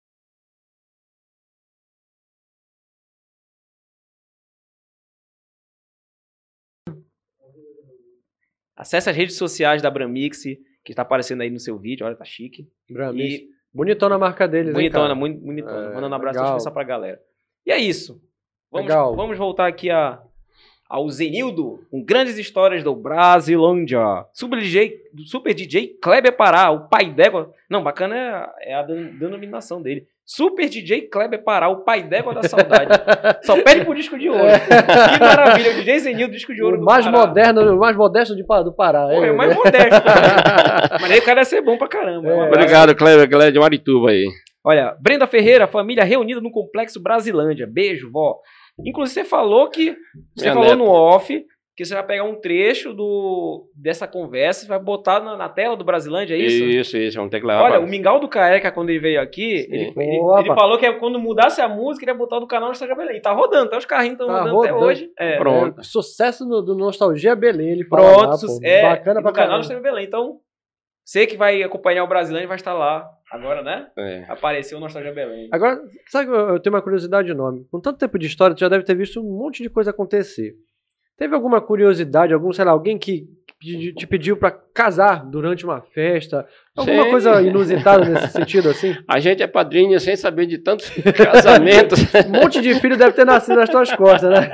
Acesse as redes sociais da Bramix, que está aparecendo aí no seu vídeo. Olha, tá chique. Bramix. E Bonitona a marca deles, hein, bonitona, cara? muito bonitona. É, Mandando um abraço legal. especial pra galera. E é isso. Vamos, Legal. vamos voltar aqui a, ao Zenildo, com grandes histórias do Brasilândia. Super D J, Super D J Kleber Pará, o pai d'égua. Não, bacana é, é a den- denominação dele. Super D J Kleber Pará, o pai d'égua da saudade. Só pede pro disco de ouro. Que maravilha, o D J Zenildo, disco de ouro O do mais Pará. moderno, o mais modesto de, Pa- do Pará. Pô, é ele, o mais né? modesto. Cara. Mas aí o cara ia ser bom pra caramba. É. Um abraço. Obrigado, Cleber, galera de Marituba aí. Olha, Brenda Ferreira, família reunida no Complexo Brasilândia. Beijo, vó. Inclusive, você falou que. Você Minha falou neta. no off que você vai pegar um trecho do, dessa conversa e vai botar na, na tela do Brasilândia, é isso? Isso, isso, vamos ter que levar. Olha, pra- o Mingau do Careca, quando ele veio aqui, Sim. ele, ele- Opa. ele falou que é quando mudasse a música, ele ia botar no canal do Nostalgia Belém. Tá rodando, até os carrinhos estão Tá rodando, até rodando. hoje. É. Pronto. É, sucesso no- do Nostalgia Belém, ele fala Pronto, lá, su- pô, é, bacana pra no canal do caramba. Nostalgia Belém. Então, você que vai acompanhar o Brasilândia vai estar lá agora, né? É. Apareceu o Nostalgia Belém. Agora, sabe, eu eu tenho uma curiosidade enorme. Com tanto tempo de história, tu já deve ter visto um monte de coisa acontecer. Teve alguma curiosidade, algum, sei lá, alguém que pedi- te pediu pra casar durante uma festa? Alguma Sim. coisa inusitada nesse sentido, assim? A gente é padrinho sem saber de tantos casamentos. Um monte de filho deve ter nascido nas tuas costas, né?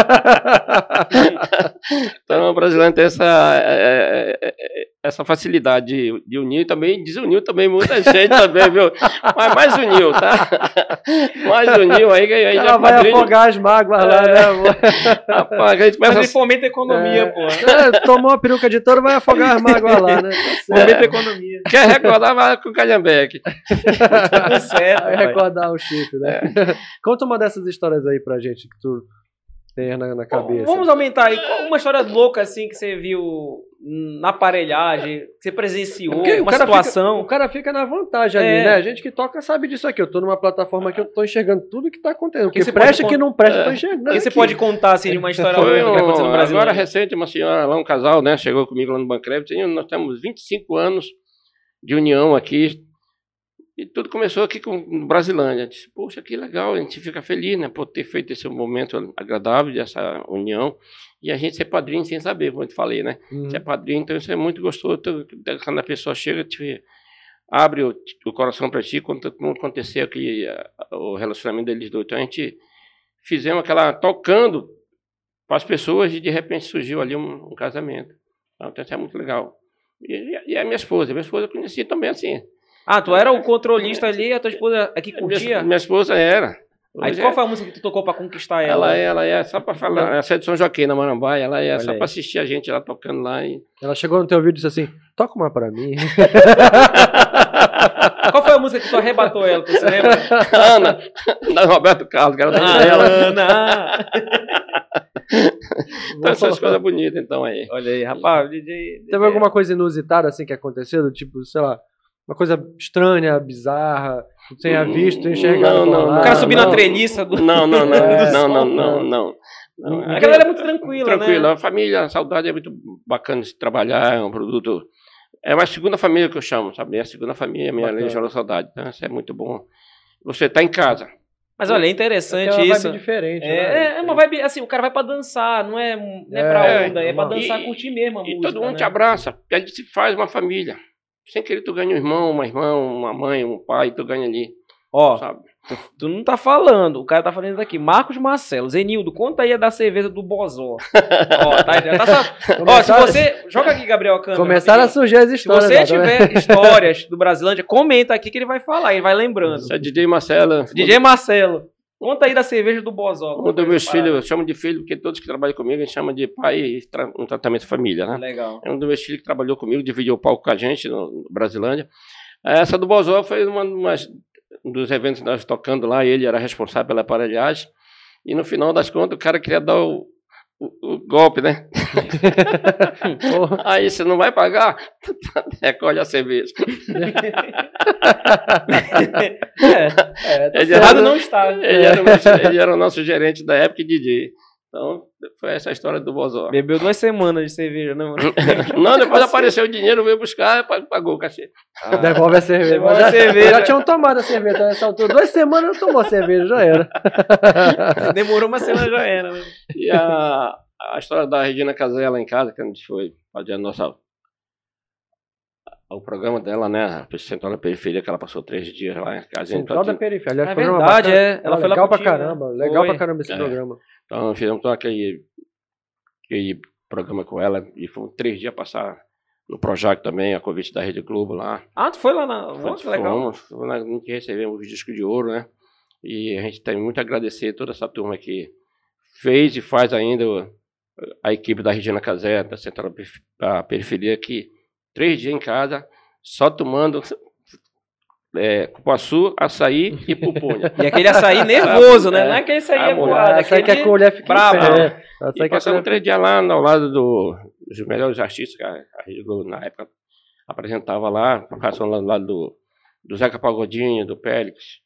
Então o brasileiro tem essa, é, é, é, essa facilidade de, de unir e também desuniu também muita gente também, viu? Mas mais uniu, tá? Mais uniu aí que aí já Ela é vai padrinho. afogar as mágoas lá, né, amor? Rapaz, a gente Mas começa ele fomenta a economia, É. pô. É, tomou uma peruca de touro, vai afogar as mágoas lá, né? Fomenta a economia. a... Quer recordar, vai com o Calhambeque. Tá certo, Vai pai. recordar o chip, né? Conta uma dessas histórias aí pra gente que tu tem na, na cabeça. Vamos aumentar aí. Qual uma história louca assim que você viu na aparelhagem, que você presenciou, Porque o uma cara situação. Fica, o cara fica na vantagem ali, É. né? A gente que toca sabe disso aqui. Eu tô numa plataforma que eu tô enxergando tudo que tá acontecendo. O que você presta e pode que não presta, eu tô É. enxergando. O que você aqui. pode contar assim de uma história Foi louca que aconteceu no um, Brasil? agora recente, uma senhora lá, um casal, né? Chegou comigo lá no Bancrédito. e Nós temos vinte e cinco anos de união aqui. E tudo começou aqui com no Brasilândia. Eu disse, poxa, que legal, a gente fica feliz, né? Por ter feito esse momento agradável dessa união. E a gente ser padrinho sem saber, como eu te falei, né? Uhum. Você é padrinho, então isso é muito gostoso. Então, quando a pessoa chega, te abre o, o coração para ti, quando, como aconteceu aqui a- o relacionamento deles dois. Então a gente fizemos aquela tocando para as pessoas e de repente surgiu ali um, um casamento. Então isso é muito legal. E, e a minha esposa, minha esposa eu conheci também assim. Ah, tu era o controlista ali, a tua esposa aqui curtia? Minha, minha esposa era. Aí Hoje qual é- foi a música que tu tocou pra conquistar ela? ela, é, ela é só para falar, essa é de São Joaquim, na Marambaia, ela é Olha só aí. para assistir a gente lá tocando lá. E... Ela chegou no teu vídeo e disse assim: toca uma pra mim. Qual foi a música que tu arrebatou ela? Tu se lembra? Ana, da Roberto Carlos, que era da Ah, dela. Ana! Então essas coisas bonitas, então aí. Olha aí, rapaz, D J. Teve alguma coisa inusitada assim que aconteceu? Do tipo, sei lá, uma coisa estranha, bizarra, que tu tenha visto, tenha enxergado? Não, por não, lá? não. O cara subindo não. na treliça do. Não, não, não, É, não, não, som, não, não. não. A galera é muito tranquila, Tranquila, né? a família, a saudade é muito bacana de se trabalhar, é um produto. É uma segunda família que eu chamo, sabe? É a segunda família, a minha Bacana. Legião da Saudade. Então, isso é muito bom. Você tá em casa. Mas olha, é É interessante uma isso. vibe diferente, É, né? é, é uma vibe, assim, o cara vai pra dançar, não é, não é É, pra é, onda, é pra normal. dançar, E- curtir mesmo a E música, todo mundo né? te abraça, porque a gente se faz uma família. Sem querer, tu ganha um irmão, uma irmã, uma mãe, um pai, tu ganha ali, Ó, sabe? tu, tu não tá falando, o cara tá falando aqui. Marcos Marcelo, Zenildo, conta aí a da cerveja do Bozó. Ó, tá, já tá só... Ó, se Começaram- você... Joga aqui, Gabriel, a câmera. Começaram a rapidinho. surgir as Se histórias. você lá, tá vendo? tiver histórias do Brasilândia, comenta aqui que ele vai falar, ele vai lembrando. Isso é D J Marcelo. D J Marcelo, conta aí da cerveja do Bozó. Um dos meus filhos, eu chamo de filho, porque todos que trabalham comigo, a gente chama de pai e tra um tratamento de família, né? Legal. É um dos meus filhos que trabalhou comigo, dividiu o palco com a gente no, no Brasilândia. Essa do Bozó foi uma, umas- um dos eventos que nós tocando lá, ele era responsável pela aparelhagem, e no final das contas o cara queria dar o, o, o golpe, né? Porra. Aí você não vai pagar? Recolhe a cerveja. É, É, tá Ele certo, errado né? não está. Ele era, o nosso, ele era o nosso gerente da época e D J. Então, foi essa a história do Bozó. Bebeu duas semanas de cerveja, não? Não, depois apareceu o dinheiro, veio buscar, pagou o cachê. Devolve a cerveja. Devolve Mas já, a cerveja. já tinham tomado a cerveja nessa altura. Duas semanas não tomou a cerveja, já era. Demorou uma semana, já era, né? E a, a história da Regina Casé lá em casa, que a gente foi fazer a nossa. O programa dela, né? A Central da Periferia, que ela passou três dias lá em casa. Central da Periferia. Aliás, É programa verdade, bacana. é. Ela Ah, foi lá legal pra contigo, né? caramba. Legal Foi. pra caramba esse É. programa. Então, fizemos todo aquele, aquele programa com ela e fomos três dias passar no Projac também, a convite da Rede Globo lá. Ah, tu foi lá na... Nossa, que legal. Fomos, fomos lá, a gente recebemos o disco de ouro, né? E a gente tem muito a agradecer a toda essa turma que fez e faz ainda o- a equipe da Regina Casé, da Central da Perif- da Periferia, que três dias em casa, só tomando é, cupuaçu, açaí e pupunha. E aquele açaí nervoso, né? Não é aquele açaí Ah, voado, Ah, essa que aquele a colher fica brabo. em pé. E Essa que a passamos colher... três dias lá ao lado do, dos melhores artistas que a, a Rede Globo, na época, apresentava lá, passando lá do lado do, do Zeca Pagodinho, do Pélix.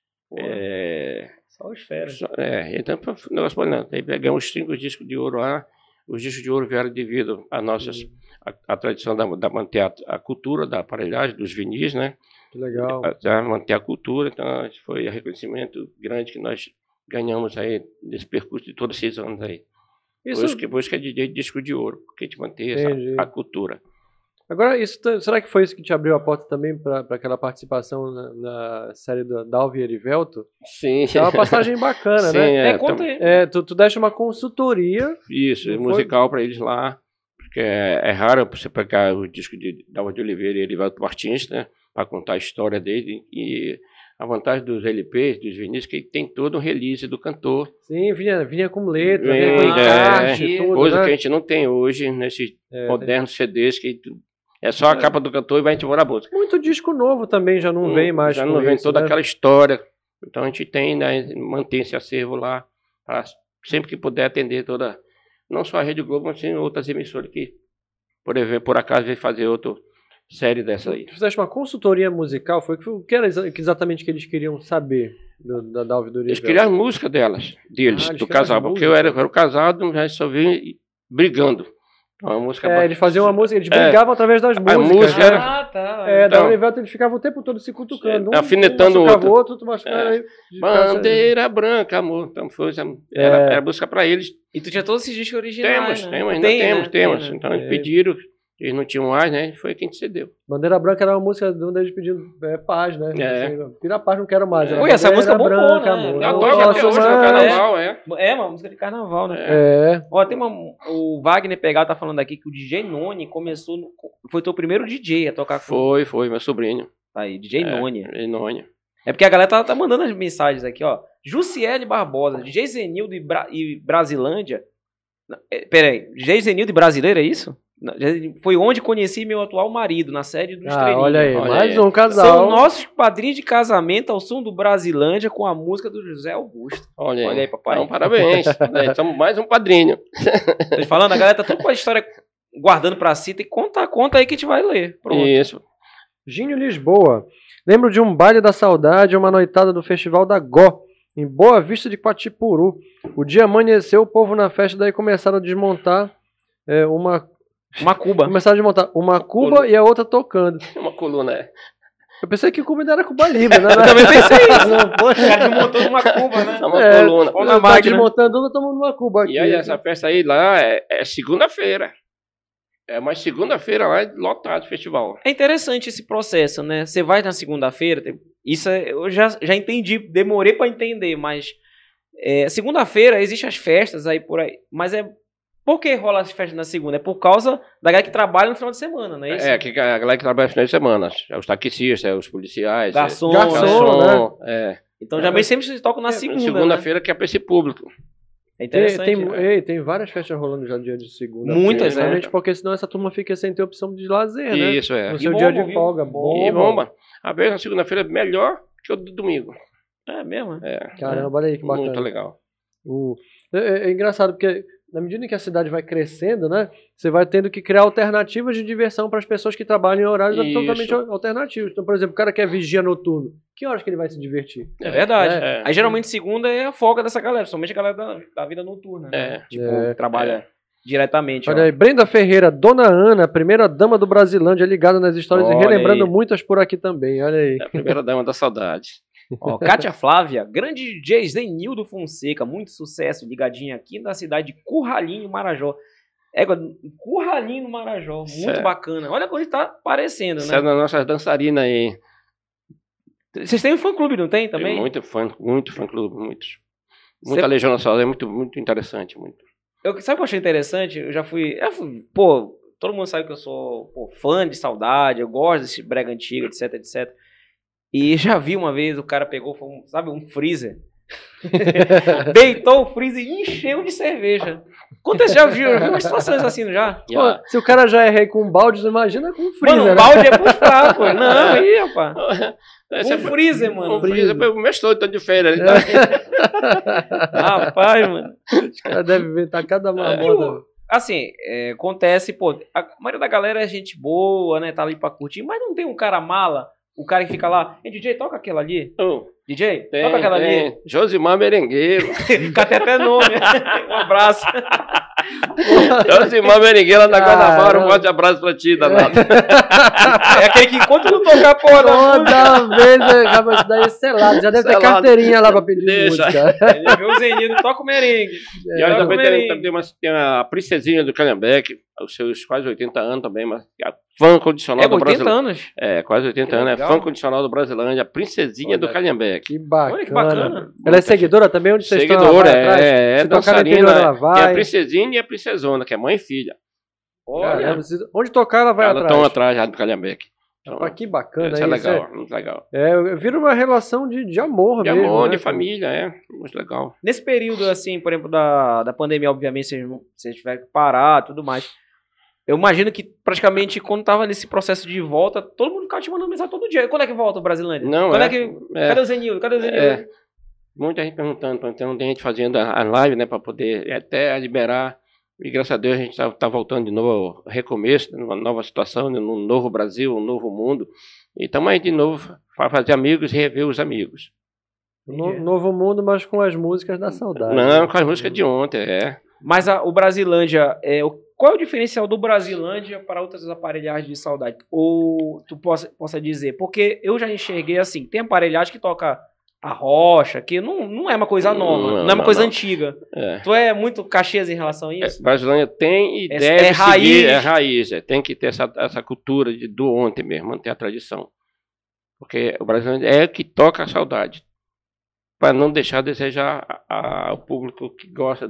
É, Só os feras. só- é, então foi um negócio bom, né? Aí pegamos os cinco discos de ouro lá. Os discos de ouro vieram devido à nossa a, a tradição da, da manter a, a cultura da aparelhagem, dos vinis, né? Que legal. A, a manter a cultura. Então, foi um reconhecimento grande que nós ganhamos aí nesse percurso de todos esses anos aí. Isso, Hoje que, hoje que é D J de disco de ouro, porque a gente mantém essa, Entendi. a cultura. agora, isso, tá- será que foi isso que te abriu a porta também para aquela participação na, na série da Dalvi e Erivelto? Sim, É uma passagem bacana, Sim, né? É, é, conta tam- aí. É, tu, tu deste uma consultoria. Isso, Não foi? musical para eles lá, porque é, é raro você pegar o disco de Dalva de Oliveira e Erivelto Martins, né, para contar a história dele. E a vantagem dos L Ps, dos vinis, que tem todo um release do cantor, Sim, vinha, vinha com letra, Vem, vinha com encarte, é, tudo, coisa né? que a gente não tem hoje nesses É, modernos C Ds, que tu- é só a capa do cantor e vai embora a música. muito disco novo também já não vem mais Já com não vem isso, toda né? aquela história. Então a gente tem, né, mantém esse acervo lá, para sempre que puder atender toda, não só a Rede Globo, mas sim outras emissoras que, por exemplo, por acaso, vem fazer outra série dessa aí. Tu fizeste uma consultoria musical, foi o que era exa- que exatamente que eles queriam saber do, da Dalvi e do Eles Erivelto? queriam as músicas delas, deles, Ah, eles do queriam casal, as porque eu era, músicas. eu era casado, já só vi brigando. Então, a música É, eles faziam uma música, eles É. brigavam através das músicas. música né? era- Ah, tá. É, da Então- Erivelto eles ficavam o tempo todo se cutucando. Um, Afinetando um o machucava outro. o outro, tu machucava É. aí. de ficar- Bandeira branca, amor. Então foi, essa- era, É. era música para eles. E tu tinha todos esses discos originais, Temos, né? temos, ainda Tem, temos, né? temos. Tem, né? Então eles É. pediram, eles não tinham mais, né? Foi quem cedeu. Bandeira Branca era uma música de onde eles pediam é, paz, né? É. Assim, tira a paz, não quero mais. É. Era Ui, essa Bandeira música bombou, branca, né? amor. Eu Eu toco toco até até hoje hoje no no carnaval, é. É, uma música de carnaval, né? É. Ó, tem uma. O Wagner Pegado tá falando aqui que o D J Noni começou. No, foi teu primeiro D J a tocar com. Foi, foi, meu sobrinho. Aí, D J Noni. É, Noni. É porque a galera tá, tá mandando as mensagens aqui, ó. Jussiele Barbosa, D J Zenildo e, Bra e Brasilândia. Não, é, peraí, D J Zenildo e Brasileira, é isso? Não, foi onde conheci meu atual marido, na série do Ah, Estrelinha. olha aí, Olha mais aí. um São casal. nossos padrinhos de casamento ao som do Brasilândia com a música do José Augusto. Olha aí. Olha aí, papai. Então, parabéns. É, somos mais um padrinho. Tô te falando, a galera tá tudo com a história guardando pra si, tem que contar, conta aí que a gente vai ler. Pronto. Isso. Ginho Lisboa. Lembro de um baile da saudade, uma noitada do Festival da Gó, em Boa Vista de Quatipuru. O dia amanheceu, o povo na festa, daí começaram a desmontar é, uma. Uma Cuba. Começaram a desmontar uma Cuba e a outra tocando. Uma coluna, é. Eu pensei que Cuba ainda era Cuba Livre, né? Eu também pensei isso. Não, O cara desmontou uma Cuba, né? Uma É, coluna. Ou na tá máquina. desmontando uma, tomando uma Cuba aqui. E aí, essa festa aí lá é, é segunda-feira. É uma segunda-feira lá, lotado o festival. É interessante esse processo, né? Você vai na segunda-feira, tem- isso é- eu já, já entendi, demorei pra entender, mas é, segunda-feira existem as festas aí por aí, mas é por que rola as festas na segunda? É por causa da galera que trabalha no final de semana, não é isso? É, que a galera que trabalha no final de semana. É os taxistas, é os policiais. Garçom, é, Garçom, garçom, é. Então já sempre se tocam na É, segunda, Segunda-feira que é para esse público. né? É Tem, interessante. tem, né? ei, tem várias festas rolando já dia de segunda. Muitas, né? Justamente porque senão essa turma fica sem ter opção de lazer, né? Isso, é. No E seu bomba, dia de viu? folga. Bomba. E bomba. A vez na segunda-feira é melhor que o do domingo. É mesmo, é? É. Caramba, olha aí que bacana. Muito legal. O- É, é- é engraçado porque na medida em que a cidade vai crescendo, né, você vai tendo que criar alternativas de diversão para as pessoas que trabalham em horários Isso. totalmente al- alternativos. Então, por exemplo, o cara que é vigia noturno, que horas que ele vai se divertir? É verdade. É. Aí geralmente segunda é a folga dessa galera, somente a galera da, da vida noturna, né? É. Tipo, É. trabalha diretamente. Olha ó. aí, Brenda Ferreira, Dona Ana, primeira dama do Brasilândia, ligada nas histórias Olha e relembrando aí. muitas por aqui também. Olha aí. É a primeira dama da saudade. Ó, Kátia Flávia, grande D J Zenildo Fonseca, muito sucesso, ligadinha aqui na cidade de Curralinho, Marajó. É, Curralinho, Marajó, muito Certo. bacana. Olha onde tá aparecendo, Essa é né? das nossas dançarinas aí. Vocês têm um fã-clube, não tem Tem também? muito fã, muito fã clube, muitos. Cê- Muita Legião Nacional, é muito, muito interessante. Muito. Eu, sabe o que eu achei interessante? Eu já fui, eu fui- Pô, todo mundo sabe que eu sou pô, fã de saudade, eu gosto desse brega antigo, etc, etcétera. E já vi uma vez, o cara pegou, foi um, sabe, um freezer. Deitou o freezer e encheu de cerveja. Aconteceu, já viu, viu umas situações assim, não já? Pô, se o cara já errei com um balde, imagina com um freezer, Mano, né? o balde é pro fraco. Não, aí, rapaz. Esse Um freezer, mano. Um freezer para o meu estou de feira. Ele É. tá... Rapaz, mano. Os caras devem inventar cada mamona. Assim, é, acontece, pô, a maioria da galera é gente boa, né? Tá ali pra curtir, mas não tem um cara mala, o cara que fica lá, ei, D J, toca aquela ali. Oh, D J, tem, toca aquela ali. tem. Josimar Merengueiro. Fica até até nome. Um abraço. Josimar Merengueiro lá na Caramba. Guanabara. Um forte abraço pra ti, danado. É aquele que enquanto não tocar, porra, não. Toda vez, rapaz, isso daí é selado. Já deve ter Selado. carteirinha lá pra pedir Deixa. música. Ele vê o Zenildo, toca o merengue. E aí Toca o também tem, merengue. também tem, uma, tem a princesinha do Calhambeque, aos seus quase oitenta anos também, mas a fã condicional É, do oitenta Brasil. anos. É, quase oitenta Que anos, é legal. fã condicional do Brasilândia, a princesinha do Olha. Calhambeque. Que bacana. Olha que bacana. Ela é seguidora também? Onde vocês estão? Ela Seguidora, vai atrás? é, é Se tocar no dançarina. interior, ela Tem a vai. princesinha e a princesona, que é mãe e filha. Olha, Caramba, se- onde tocar, ela vai Elas atrás. estão atrás já do Calhambeque. Então, Rapaz, que bacana isso é isso. legal, muito legal. É, é, vira uma relação de, de amor De mesmo. amor, né, de cara? família, é, muito legal. nesse período, assim, por exemplo, da, da pandemia, obviamente, vocês, não- vocês tiveram que parar e tudo mais. Eu imagino que praticamente quando tava nesse processo de volta, todo mundo ficava te mandando mensagem todo dia. Quando é que volta o Brasilândia? Não, Quando é, é, que. é. Cadê o Zenildo? Cadê o Zenildo? É. Muita gente perguntando, então tem gente fazendo a a live, né, para poder até liberar. E graças a Deus a gente está tá voltando de novo ao recomeço, numa nova situação, né, num novo Brasil, um novo mundo. E estamos aí de novo para fazer amigos e rever os amigos. No- novo mundo, mas com as músicas da saudade. Não, com as músicas de ontem, é. Mas a- o Brasilândia, é, o- qual é o diferencial do Brasilândia para outras aparelhagens de saudade? Ou tu possa, possa dizer? Porque eu já enxerguei assim, tem aparelhagem que toca a rocha, que não, não é uma coisa nova, não, Não, é uma não, coisa não. antiga. é. Tu é muito Caxias em relação a É, isso? Brasilândia tem e É- deve é raiz. seguir, é raiz, é, tem que ter essa, essa cultura de, do ontem mesmo, manter a tradição. Porque o Brasilândia é o que toca a saudade, para não deixar de desejar a- a- o público que gosta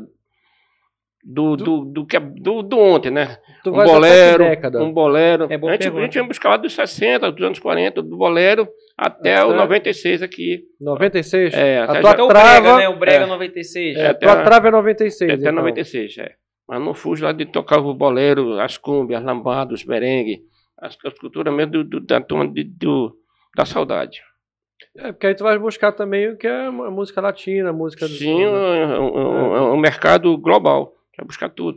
do, do, do, que é- do, do ontem, né? Tu Um vai até que bolero, década? um bolero. É boa a, gente, pergunta. a gente ia buscar lá dos sessenta, dos anos quarenta, do bolero até o Até- noventa e seis aqui. noventa e seis? É, a até tua já- Até o trava, Brega, né? O Brega é. noventa e seis. é, a até tua a- trava é noventa e seis, Até então. noventa e seis, é. Mas não fujo lá de tocar o bolero, as cúmbias, as lambadas, os merengue, as, as culturas mesmo do, do- da turma de- do, da saudade. É, porque aí tu vai buscar também o que é a música latina, a música do Sim, um, um, um- um mercado global, vai buscar tudo.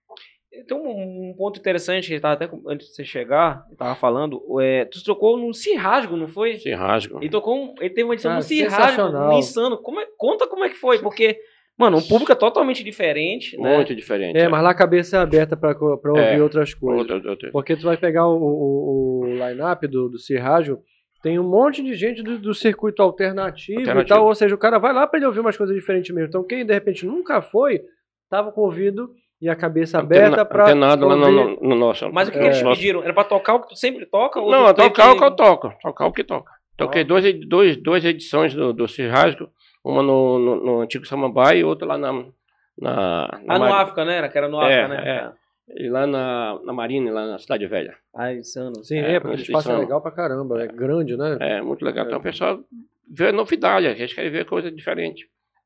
Tem um, um ponto interessante que tava até com- antes de você chegar, eu tava falando, é, tu tocou no Cirrasgo, não foi? Se rasgam. Ele tocou, um- ele teve uma edição Cara, no Cirrasgo, sensacional. no Insano. Como é- conta como é que foi, porque, mano, um público é totalmente diferente, né? Muito diferente. É, mas lá a cabeça é aberta pra, co- pra ouvir É. outras coisas. Outra- outra- Porque tu vai pegar o, o, o line-up do, do Cirrágio, tem um monte de gente do, do circuito alternativo, Alternativo. e tal, ou seja, o cara vai lá pra ele ouvir umas coisas diferentes mesmo. Então quem de repente nunca foi, tava com o ouvido e a cabeça aberta pra Antenado lá no, ouvir. no, no nosso. Mas o que, É. que eles nosso- pediram? Era pra tocar o que tu sempre toca? Ou Não, tu teve tocar o que- que eu toco. Tocar o que toca. Toquei Ah. dois, ed- dois, duas edições do, do Cirrasgo, uma no, no, no antigo Samambaia e outra lá na. na, na Ah, no Mari- África, né? Era que era no É, África, né? E lá na, na Marina, lá na Cidade Velha. Ah, Insano. Sim, É, é, porque o espaço é Insano. legal pra caramba, é grande, né? É muito legal. Então o pessoal vê novidade, a gente quer ver coisa diferente.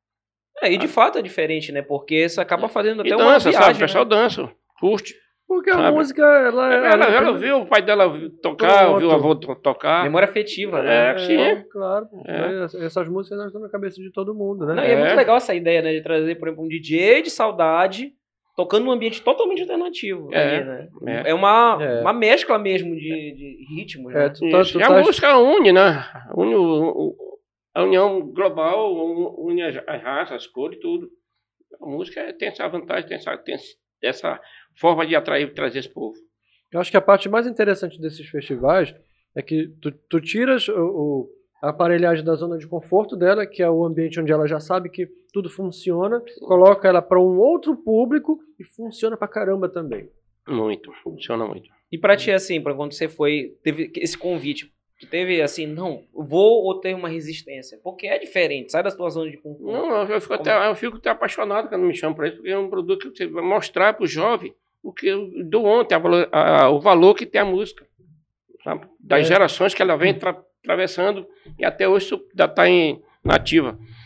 É, e de fato é diferente, né? Porque isso acaba fazendo até E uma dança, viagem, sabe? O pessoal né? dança, curte. Porque a Sabe? música, ela... Ela, ela viu o pai dela tocar, Pronto. viu o avô to- tocar. Memória afetiva, né? É, sim. claro. É. Essas músicas elas estão na cabeça de todo mundo, né? Não, e é É. muito legal essa ideia, né? De trazer, por exemplo, um D J de saudade tocando num ambiente totalmente alternativo. É, ali, né? é. É, uma, É. uma mescla mesmo de, de ritmos, né? É, tu tá- Isso. tu E a tá- música une, né? Une o- o- a união global, une as, as raças, as cores, tudo. A música tem essa vantagem, tem essa, tem essa forma de atrair, trazer esse povo. Eu acho que a parte mais interessante desses festivais é que tu, tu tiras o, o- a aparelhagem da zona de conforto dela, que é o ambiente onde ela já sabe que tudo funciona, coloca ela para um outro público e funciona pra caramba também. Muito, funciona muito. E pra ti, assim, pra quando você foi, teve esse convite, tu teve assim, não, vou ou teve uma resistência? Porque é diferente, sai da tua zona de conforto. Não, eu fico, até, eu fico até apaixonado quando me chamam para isso, porque é um produto que você vai mostrar para o jovem o que eu dou ontem, a valor- a- o valor que tem a música. Sabe? Das É. gerações que ela vem tra- atravessando e até hoje isso ainda está em nativa.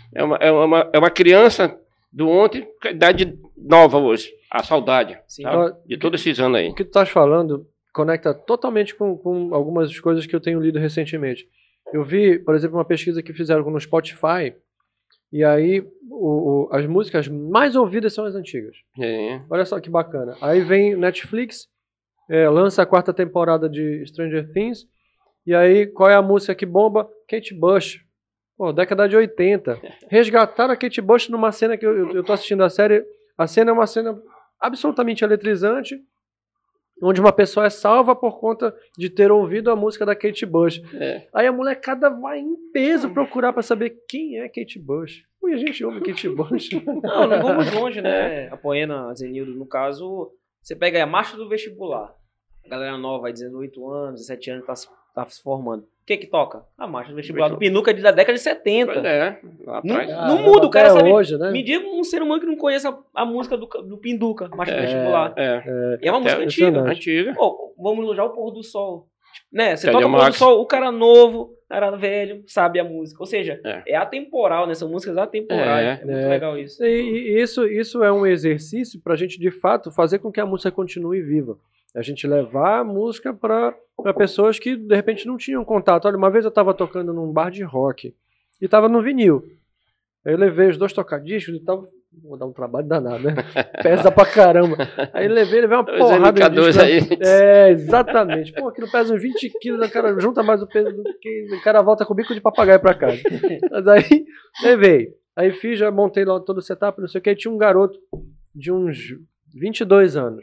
É uma, é uma, é uma criança do ontem, com a idade nova hoje. A saudade, Sim. sabe? De todos esses anos aí. O que tu estás falando conecta totalmente com, com algumas coisas que eu tenho lido recentemente. Eu vi, por exemplo, uma pesquisa que fizeram no Spotify, e aí o, o, as músicas mais ouvidas são as antigas. É. Olha só que bacana. Aí vem Netflix, é, lança a quarta temporada de Stranger Things, e aí qual é a música que bomba? Kate Bush. Pô, década de oitenta. Resgataram a Kate Bush numa cena que eu, eu, eu tô assistindo a série. A cena é uma cena absolutamente eletrizante, onde uma pessoa é salva por conta de ter ouvido a música da Kate Bush. É. Aí a molecada vai em peso procurar pra saber quem é Kate Bush. Ui, a gente ouve Kate Bush. Não, não vamos longe, né? Apoiando a Zenildo, no caso, você pega aí a marcha do vestibular. A galera nova, aí, dezoito anos, dezessete anos, tá, se- tá se formando. O que que toca? A marcha do vestibular do Pinuca de- da década de setenta. Pois é, lá Não, atrás. não muda, o cara Até sabe. hoje, né? Me diga um ser humano que não conheça a, a música do, do Pinduca, marcha do É, vestibular. É, E é uma música Até- antiga. antiga. Pô, vamos elogiar o pôr do sol. Né? Você Teddy toca o pôr do Max. sol, o cara novo, o cara velho, sabe a música. Ou seja, É. é, atemporal, né? São músicas atemporais. É, É, muito é. legal isso. E, e isso, isso é um exercício para a gente, de fato, fazer com que a música continue viva. A gente levar a música para pessoas que, de repente, não tinham contato. Olha, uma vez eu estava tocando num bar de rock e estava no vinil. Aí eu levei os dois tocadiscos e tal. Vou dar um trabalho danado, né? Pesa pra caramba. Aí levei, levei uma Dois porrada de M K dois disco. aí. É, exatamente. Pô, aquilo pesa uns vinte quilos, o cara junta mais o peso do que o cara volta com o bico de papagaio pra casa. Mas aí, levei. Aí fiz, já montei lá todo o setup, não sei o que, tinha um garoto de uns vinte e dois anos.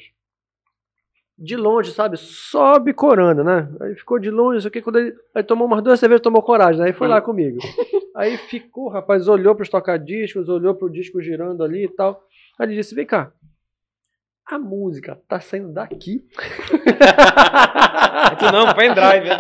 De longe, sabe? Só bicorando, né? Aí ficou de longe, não sei o que, quando ele aí tomou umas duas cervejas, tomou coragem, né? Aí foi lá comigo. Aí ficou, rapaz, olhou pros tocadiscos, olhou pro disco girando ali e tal. Aí ele disse, vem cá, a música tá saindo daqui? Tu não, pendrive. né?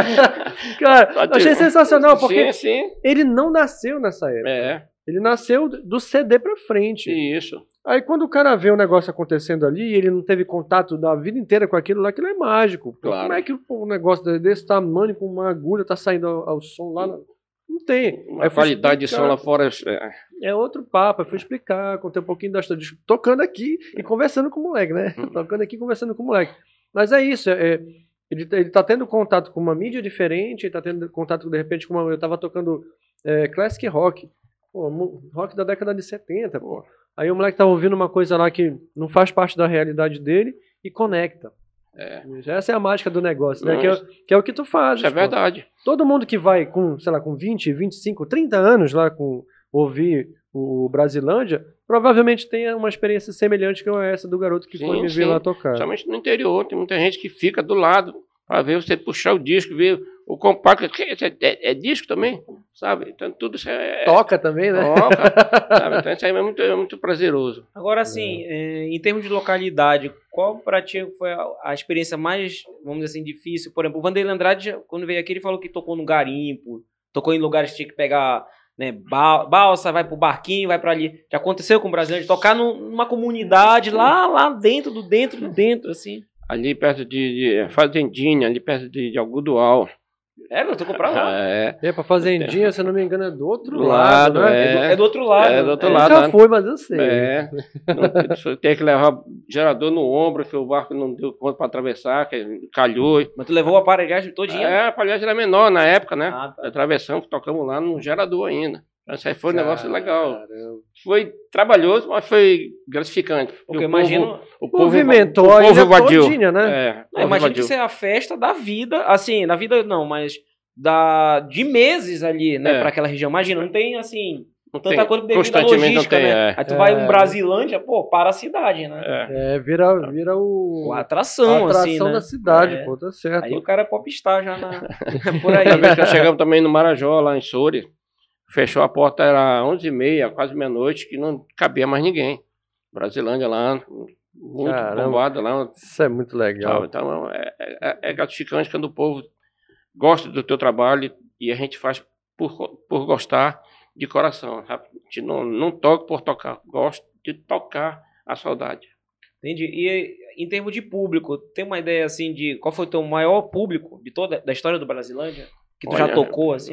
Cara, eu achei sensacional, porque Sim, sim. ele não nasceu nessa época. É, Ele nasceu do C D pra frente. isso. Aí quando o cara vê o negócio acontecendo ali e ele não teve contato da vida inteira com aquilo lá, aquilo é mágico. Claro. Como é que um negócio desse tamanho, com uma agulha, tá saindo ao, ao som lá? Não não tem. Uma Aí eu fui qualidade de som explicar. lá fora. É, É outro papo. Eu fui explicar, contei um pouquinho da história, tocando aqui e conversando com o moleque, né? Uhum. Tocando aqui e conversando com o moleque. Mas é isso, é, ele, ele tá tendo contato com uma mídia diferente, ele tá tendo contato, de repente, com uma... Eu tava tocando é, classic rock. Pô, mu- rock da década de setenta, pô. Aí o moleque tava ouvindo uma coisa lá que não faz parte da realidade dele e conecta. é. Essa é a mágica do negócio, né? Não, Que é, isso- que é o que tu faz. Isso é verdade. Todo mundo que vai com, sei lá, com vinte, vinte e cinco, trinta anos lá com ouvir o Brasilândia, provavelmente tenha uma experiência semelhante com essa do garoto que Sim, foi me ver sim. lá tocar. Principalmente no interior, tem muita gente que fica do lado para ver você puxar o disco, ver o compacto. Que É, é- é disco também, sabe? Então tudo isso é. Toca também, né? Toca, sabe? Então isso aí é muito, é muito prazeroso. Agora, assim, é, em termos de localidade, qual pra ti foi a, a experiência mais, vamos dizer assim, difícil? Por exemplo, o Vanderlei Andrade, já- quando veio aqui, ele falou que tocou no garimpo, tocou em lugares que tinha que pegar né, ba- balsa, vai pro barquinho, vai pra ali. Já aconteceu com o brasileiro, de tocar num- numa comunidade lá, lá dentro, do dentro, do dentro, assim. Ali perto de, de Fazendinha, ali perto de, de Algodoal. É, eu tô comprando lá. É, É, pra Fazendinha, se eu não me engano, é do outro Do lado, lado, né? É do, é. é do outro lado. É do outro É. lado. Nunca né? foi, mas eu sei. é. Não, tem que levar gerador no ombro, que o barco não deu conta para atravessar, que calhou. Mas tu levou a aparelhagem todinha? É, a aparelhagem era menor na época, né? Ah, tá. Atravessamos, tocamos lá no gerador ainda. Isso aí foi um negócio legal. Caramba. Foi trabalhoso, mas foi gratificante. Porque o eu imagino... Povo, o povo, Movimentou o a povo ilha invadiu. todinha, né? É, o Não, povo imagino que invadiu. isso é a festa da vida, assim, na vida não, mas da, de meses ali, né, É. pra aquela região. Imagina, não tem, assim, Não tanta tem- coisa devido à constantemente não logística, tem, né? é. Aí tu vai É. em Brasilândia, pô, para a cidade, né? É. É, vira, vira o... Pô, a atração, atração assim, né? da cidade, É. pô, tá certo. Aí o cara é popstar já na... por aí, Uma vez que né? nós chegamos também no Marajó, lá em Soure, fechou a porta, era onze e meia, quase meia-noite, que não cabia mais ninguém. Brasilândia lá, muito Caramba. bombada lá. Isso é muito legal. Sabe? Então é, é, é gratificante quando o povo gosta do teu trabalho e a gente faz por, por gostar de coração. Sabe? A gente não, não toca por tocar, gosta de tocar a saudade. Entendi. E em termos de público, tem uma ideia, assim, de qual foi o teu maior público de toda da história do Brasilândia? Que tu já Olha, tocou, assim?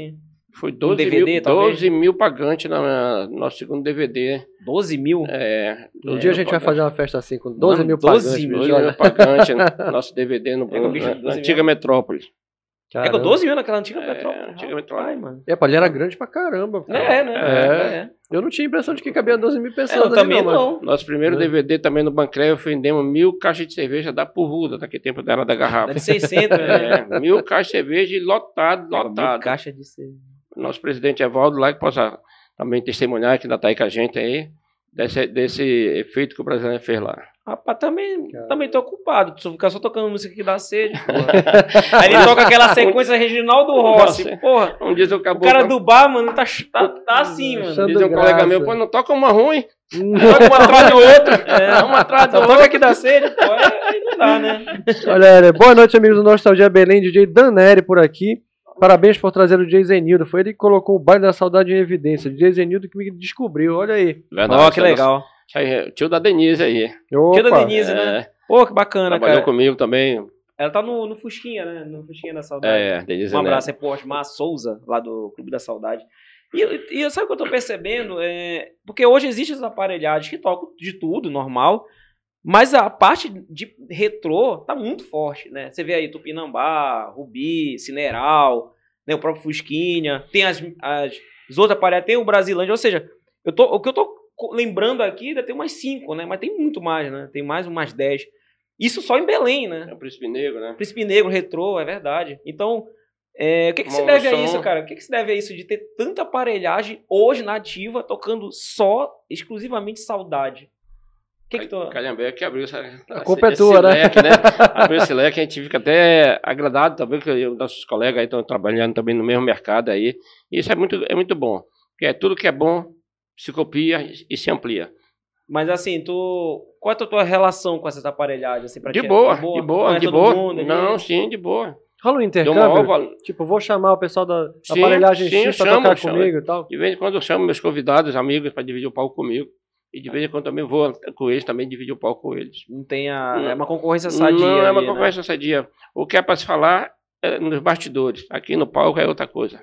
Foi doze D V D, mil, talvez? doze mil pagantes na- no nosso segundo D V D. doze mil? É, Um é, dia a gente vai pagantes. fazer uma festa assim, com doze Mano, mil doze pagantes. mil, bicho, doze olha. mil pagantes no nosso D V D no, É, bicho, na, doze na mil. antiga Metrópole. É Caramba. com doze mil naquela antiga É, Petrópolis. antiga Metrópole. Ai, mano. É, pô, ali era grande pra caramba. cara. É, né? É. É. Eu não tinha impressão de que cabia doze mil É, pessoas eu ali, também mas- não. Nosso primeiro É. D V D também no Bancréio, vendemos mil caixas de cerveja da Purruda, naquele tempo dela da garrafa. Deve seiscentos, né? É, mil caixas de cerveja e lotado, Mil lotado. caixa de cerveja. Nosso presidente Evaldo lá, que possa também testemunhar, que ainda está aí com a gente aí, desse, desse efeito que o brasileiro fez lá. Rapaz, também, Cara. também tô ocupado. Se eu ficar só tocando música que dá sede, porra. Aí ele toca aquela sequência Reginaldo Rossi. Nossa. Porra, Um dia o o caboclo, cara do bar, mano, tá, tá, tá assim, mano. Achando diz um colega graça. meu, pô, não toca uma ruim, Hum. toca uma atrás do outro. É, uma atrás do só outro. toca que dá sede, pô. Aí aí não dá, né? Olha, olha, boa noite, amigos do Nostalgia Belém, D J Daneri por aqui. Parabéns por trazer o D J Zenildo. Foi ele que colocou o baile da saudade em evidência. D J Zenildo que me descobriu, olha aí. Verdade, Ó, que essa legal. nossa- aí, tio da Denise aí. Tia da Opa. Denise, né? É, Pô, que bacana, trabalhou cara. comigo também. Ela tá no, no Fusquinha, né? No Fusquinha da Saudade. É, Denise Um Neto. abraço aí pro Osmar Souza, lá do Clube da Saudade. E, e, e sabe o que eu tô percebendo? É, porque hoje existem as aparelhagens que tocam de tudo, normal, mas a parte de retrô tá muito forte, né? Você vê aí Tupinambá, Rubi, Cineral, né, o próprio Fusquinha, tem as, as, as outras aparelhagens, tem o Brasilândia, ou seja, eu tô, o que eu tô co- lembrando aqui ainda tem umas cinco, né? Mas tem muito mais, né? Tem mais umas dez. Isso só em Belém, né? É o Príncipe Negro, né? Príncipe Negro, retrô, é verdade. Então, é, o que, que se Uma deve a evolução. isso, cara? O que, que se deve a isso de ter tanta aparelhagem hoje na ativa, tocando só, exclusivamente saudade? O que que tu... Calhambeque que abriu essa, A culpa é esse tua, né? leque, né? Abriu esse leque, a gente fica até agradado também, que eu- nossos colegas aí estão trabalhando também no mesmo mercado aí. E isso é muito, é muito bom. Porque é tudo que é bom se copia e se amplia. Mas assim, tu... qual é a tua relação com essas aparelhagens? Assim, pra De ti? boa, É de boa, Não é de todo boa. mundo ali? Não, sim, de boa. Rola um Deu maior intercâmbio? valor. Tipo, vou chamar o pessoal da da Sim, aparelhagem sim, X pra chamo, tocar chamo. comigo e tal. De vez em quando eu chamo meus convidados, amigos, para dividir o palco comigo. E de vez em quando também vou com eles, também dividir o palco com eles. Não tem a... Não. É uma concorrência sadia Não é uma ali, né? conversa sadia. O que é para se falar é nos bastidores. Aqui no palco é outra coisa.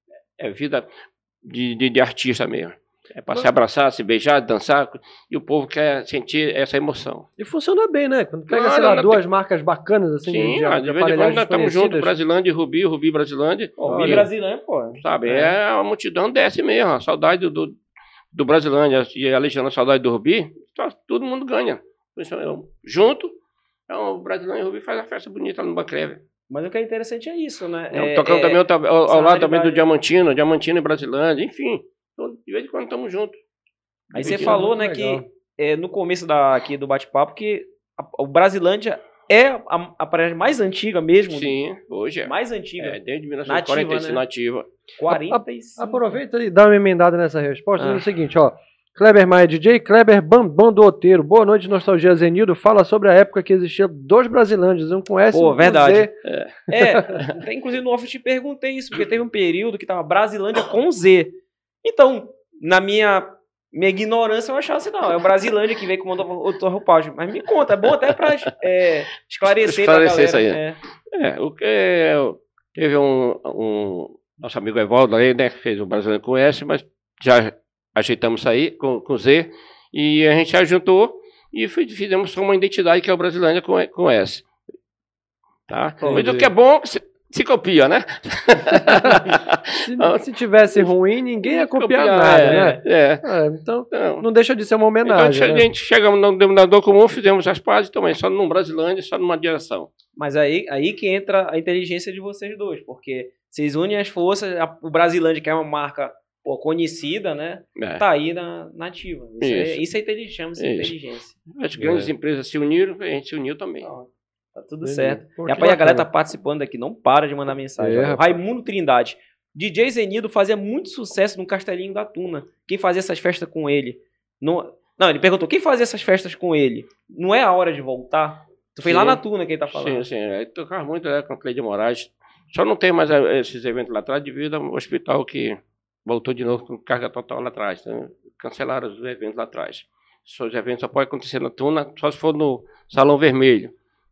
É vida de, de, de artista mesmo. É para se abraçar, se beijar, dançar. E o povo quer sentir essa emoção. E funciona bem, né? Quando pega, Claro, sei lá, não duas marcas bacanas, assim, Sim, de, de, mas de de vez em quando aparelhagens nós estamos juntos, conhecidas. Brasilândia e Rubi, Rubi Brasilândia. Ó, o Olha. Big Brasileiro, pô. Sabe? É, a multidão desce mesmo. A saudade do, do, do Brasilândia e a Alexandre, a saudade do Rubi, tá- todo mundo ganha. Então, eu- Junto, então, o Brasilândia e o Rubi faz a festa bonita no Bancréio. Mas o que é interessante é isso, né? Não, É- tocamos é- também outra- ao, essa ao lado também do raridade. Diamantino, Diamantino e Brasilândia, enfim. Então, de vez em quando estamos juntos. Aí você Dividindo. falou, né, legal. que é, no começo da, aqui do bate-papo, que a- o Brasilândia é a, a aparelhagem mais antiga mesmo. Sim, hoje é. Mais antiga. É, desde mil novecentos e quarenta e cinco, Nativa, nativa. quarenta e cinco. Aproveita e dá uma emendada nessa resposta. Ah. Dizendo o seguinte, ó. Kleber Maia, D J Kleber Bambam do Oteiro. Boa noite, Nostalgia Zenildo. Fala sobre a época que existia dois Brasilândios, um com S e Pô, um com verdade. Z. É, até inclusive no off eu te perguntei isso, porque teve um período que tava Brasilândia com Z. Então, na minha, minha ignorância, eu achava assim, não, é o Brasilândia que veio com outra roupagem. Mas me conta, é bom até pra é, esclarecer, pra Esclarecer isso aí. galera. É. É, o que é, teve um, um nosso amigo Evaldo aí, né, que fez o Brasileiro com S, mas já ajeitamos isso aí com, com Z, e a gente já juntou e fi- fizemos uma identidade que é o Brasilândia com, com S. Tá? Mas o Entendi. que é bom, se, se copia, né? Se, se tivesse ruim, ninguém ia copiar nada, é, né? É. É, então, Então, não deixa de ser uma então homenagem, a né? gente chegamos no denominador comum, fizemos as pazes também, só num Brasilândia, só numa direção. Mas aí, aí que entra a inteligência de vocês dois, porque vocês unem as forças, a- o Brasilândia, que é uma marca pô, conhecida, né? É. Tá aí na, na ativa. Isso, É, Isso. isso é inteligência, chama-se Isso. inteligência. As grandes É. empresas se uniram, a gente se uniu também. Ó, Tá tudo Entendi. certo. Pô, E que rapaz, a galera bacana. tá participando aqui, não para de mandar mensagem. É, Ó. rapaz. Raimundo Trindade. D J Zenildo fazia muito sucesso no Castelinho da Tuna. Quem fazia essas festas com ele? Não, não, ele perguntou, quem fazia essas festas com ele? Não é a hora de voltar? Tu foi Sim. lá na Tuna que ele tá falando. Sim, sim. Aí tocava muito né, com a Cleide Moraes. Só não tem mais eh, esses eventos lá atrás devido ao hospital que voltou de novo com carga total lá atrás. Então, cancelaram os eventos lá atrás. Os eventos só podem acontecer na Tuna, só se for no Salão Vermelho.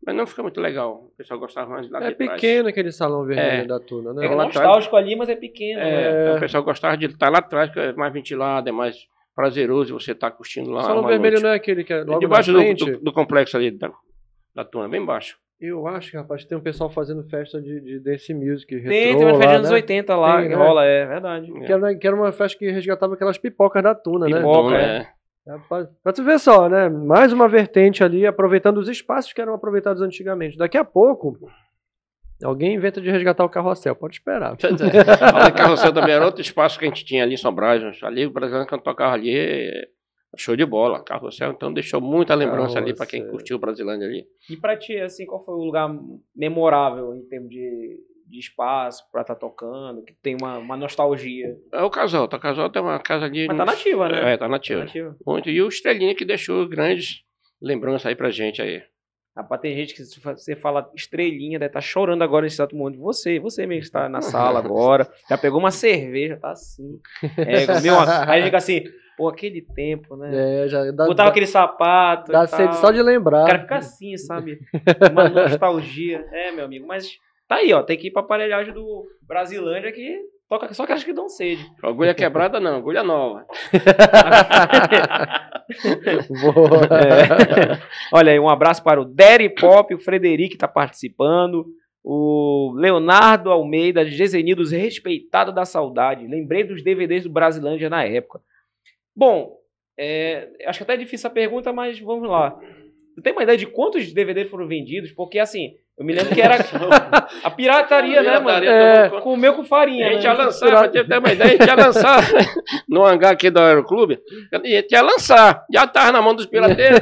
Mas não fica muito legal. O pessoal gostava mais de lá É de trás. pequeno aquele salão vermelho É. da Tuna, né? É lá atrás. nostálgico ali, mas é pequeno. né? É, então o pessoal gostava de estar lá atrás, que é mais ventilado, é mais prazeroso você estar curtindo lá. O salão uma vermelho noite. não é aquele que é logo Debaixo na do, frente? do, do complexo ali da, da Tuna, bem baixo. Eu acho que, rapaz, tem um pessoal fazendo festa de, de dance music, retrô Tem, tem uma lá, festa dos anos né? oitenta lá, Tem, que né? rola, é verdade. Que era, que era uma festa que resgatava aquelas pipocas da Tuna, né? Pipoca, Tuna, é. é. Rapaz, pra tu ver só, né? Mais uma vertente ali, aproveitando os espaços que eram aproveitados antigamente. Daqui a pouco, alguém inventa de resgatar o carrossel, pode esperar. Ali Carrossel também era outro espaço que a gente tinha ali em São Brás. Ali o brasileiro quando tocava ali, é show de bola. Carrossel, então deixou muita lembrança ali para quem Carrossel. curtiu o Brasilândia ali. E pra ti, assim, qual foi o lugar memorável em termos de, de espaço pra estar tocando, que tem uma, uma nostalgia? É o Casal, tá? O Casal tem uma casa ali. Mas tá nativa, né? É, tá nativa. Tá nativa. Muito. E o Estrelinha que deixou grandes lembranças aí pra gente aí. Rapaz, tem gente que se você fala estrelinha, deve estar chorando agora nesse exato momento. Você, você mesmo que está na sala agora, já pegou uma cerveja, tá assim. É, comeu uma... Aí fica assim, pô, aquele tempo, né? É, já dá, Botava dá, aquele sapato. dá e tal. sede só de lembrar. O cara fica assim, sabe? Uma nostalgia. É, meu amigo, mas tá aí, ó. Tem que ir pra aparelhagem do Brasilândia que toca só aquelas que dão sede. Agulha quebrada não, agulha nova. Boa. É. Olha aí, um abraço para o Derry Pop, o Frederico que tá participando. O Leonardo Almeida, Gesenidos, respeitado da saudade. Lembrei dos D V Ds do Brasilândia na época. Bom, é, acho que até é difícil a pergunta, mas vamos lá. Tu tem uma ideia de quantos D V Ds foram vendidos? Porque assim, eu me lembro que era a pirataria, né, mano? É. Comeu com farinha, A gente né? ia lançar, pra ter uma ideia, a gente ia lançar no hangar aqui do Aeroclube, a gente ia lançar, já tava na mão dos pirateiros.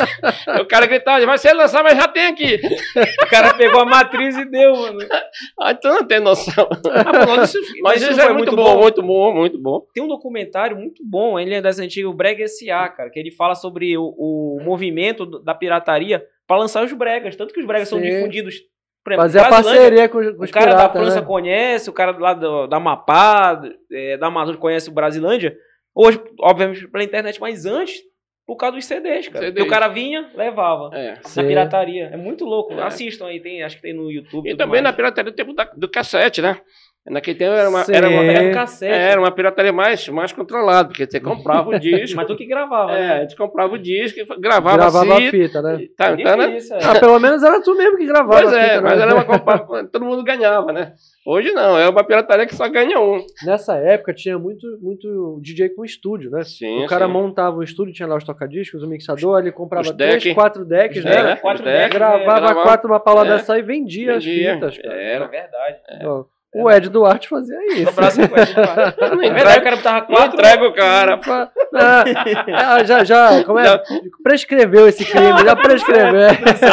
O cara gritava, vai ser lançar, mas já tem aqui. O cara pegou a matriz e deu, mano. Ah, tu não tem noção. Ah, pô, isso, Mas isso isso não é foi muito bom, muito bom, muito bom. Tem um documentário muito bom, ele é das antigas, o Brega S A, cara, que ele fala sobre o, o movimento do- da pirataria para lançar os bregas, tanto que os bregas são Sim. difundidos. Por exemplo, Fazer a Brasilândia, parceria com, os- com o os cara da piratas, França né? conhece, o cara lá do, da Amapá, é, da Amazônia conhece o Brasilândia. Hoje, obviamente, pela internet, mas antes, por causa dos C Ds, cara. C Ds. Porque o cara vinha, levava. É. Na Sim. pirataria. É muito louco. É. Assistam aí, tem, acho que tem no YouTube. E tudo também na mais. pirataria do tempo da- do cassete, né? Naquele tempo era uma, Sim. era uma, Era um É. cassete. era uma pirataria mais, mais controlada, porque você comprava o disco. Mas tu que gravava, É, a né? gente comprava o disco, e gravava, Gravava assim. a fita, né? Tá, tá, né? Difícil, é. Ah, pelo menos era tu mesmo que gravava Pois a é, fita, mas né? era uma compa- todo mundo ganhava, né? Hoje não, é uma pirataria que só ganha um. Nessa época tinha muito, muito D J com estúdio, né? Sim, O cara sim. montava um estúdio, tinha lá os tocadiscos, o mixador, ele comprava Os três, deck. quatro decks, Os né? deck, Era os quatro deck. decks, Gravava gravava- quatro uma paulada É. dessa e vendia, Vendia. as fitas, cara. É Era. verdade. Ó, o Ed Duarte fazia Um isso. abraço aí pro Ed Duarte. É verdade, o cara botava Não quatro. entrega o cara. Ah, ah, já, já, como é? Prescreveu esse crime, já prescreveu.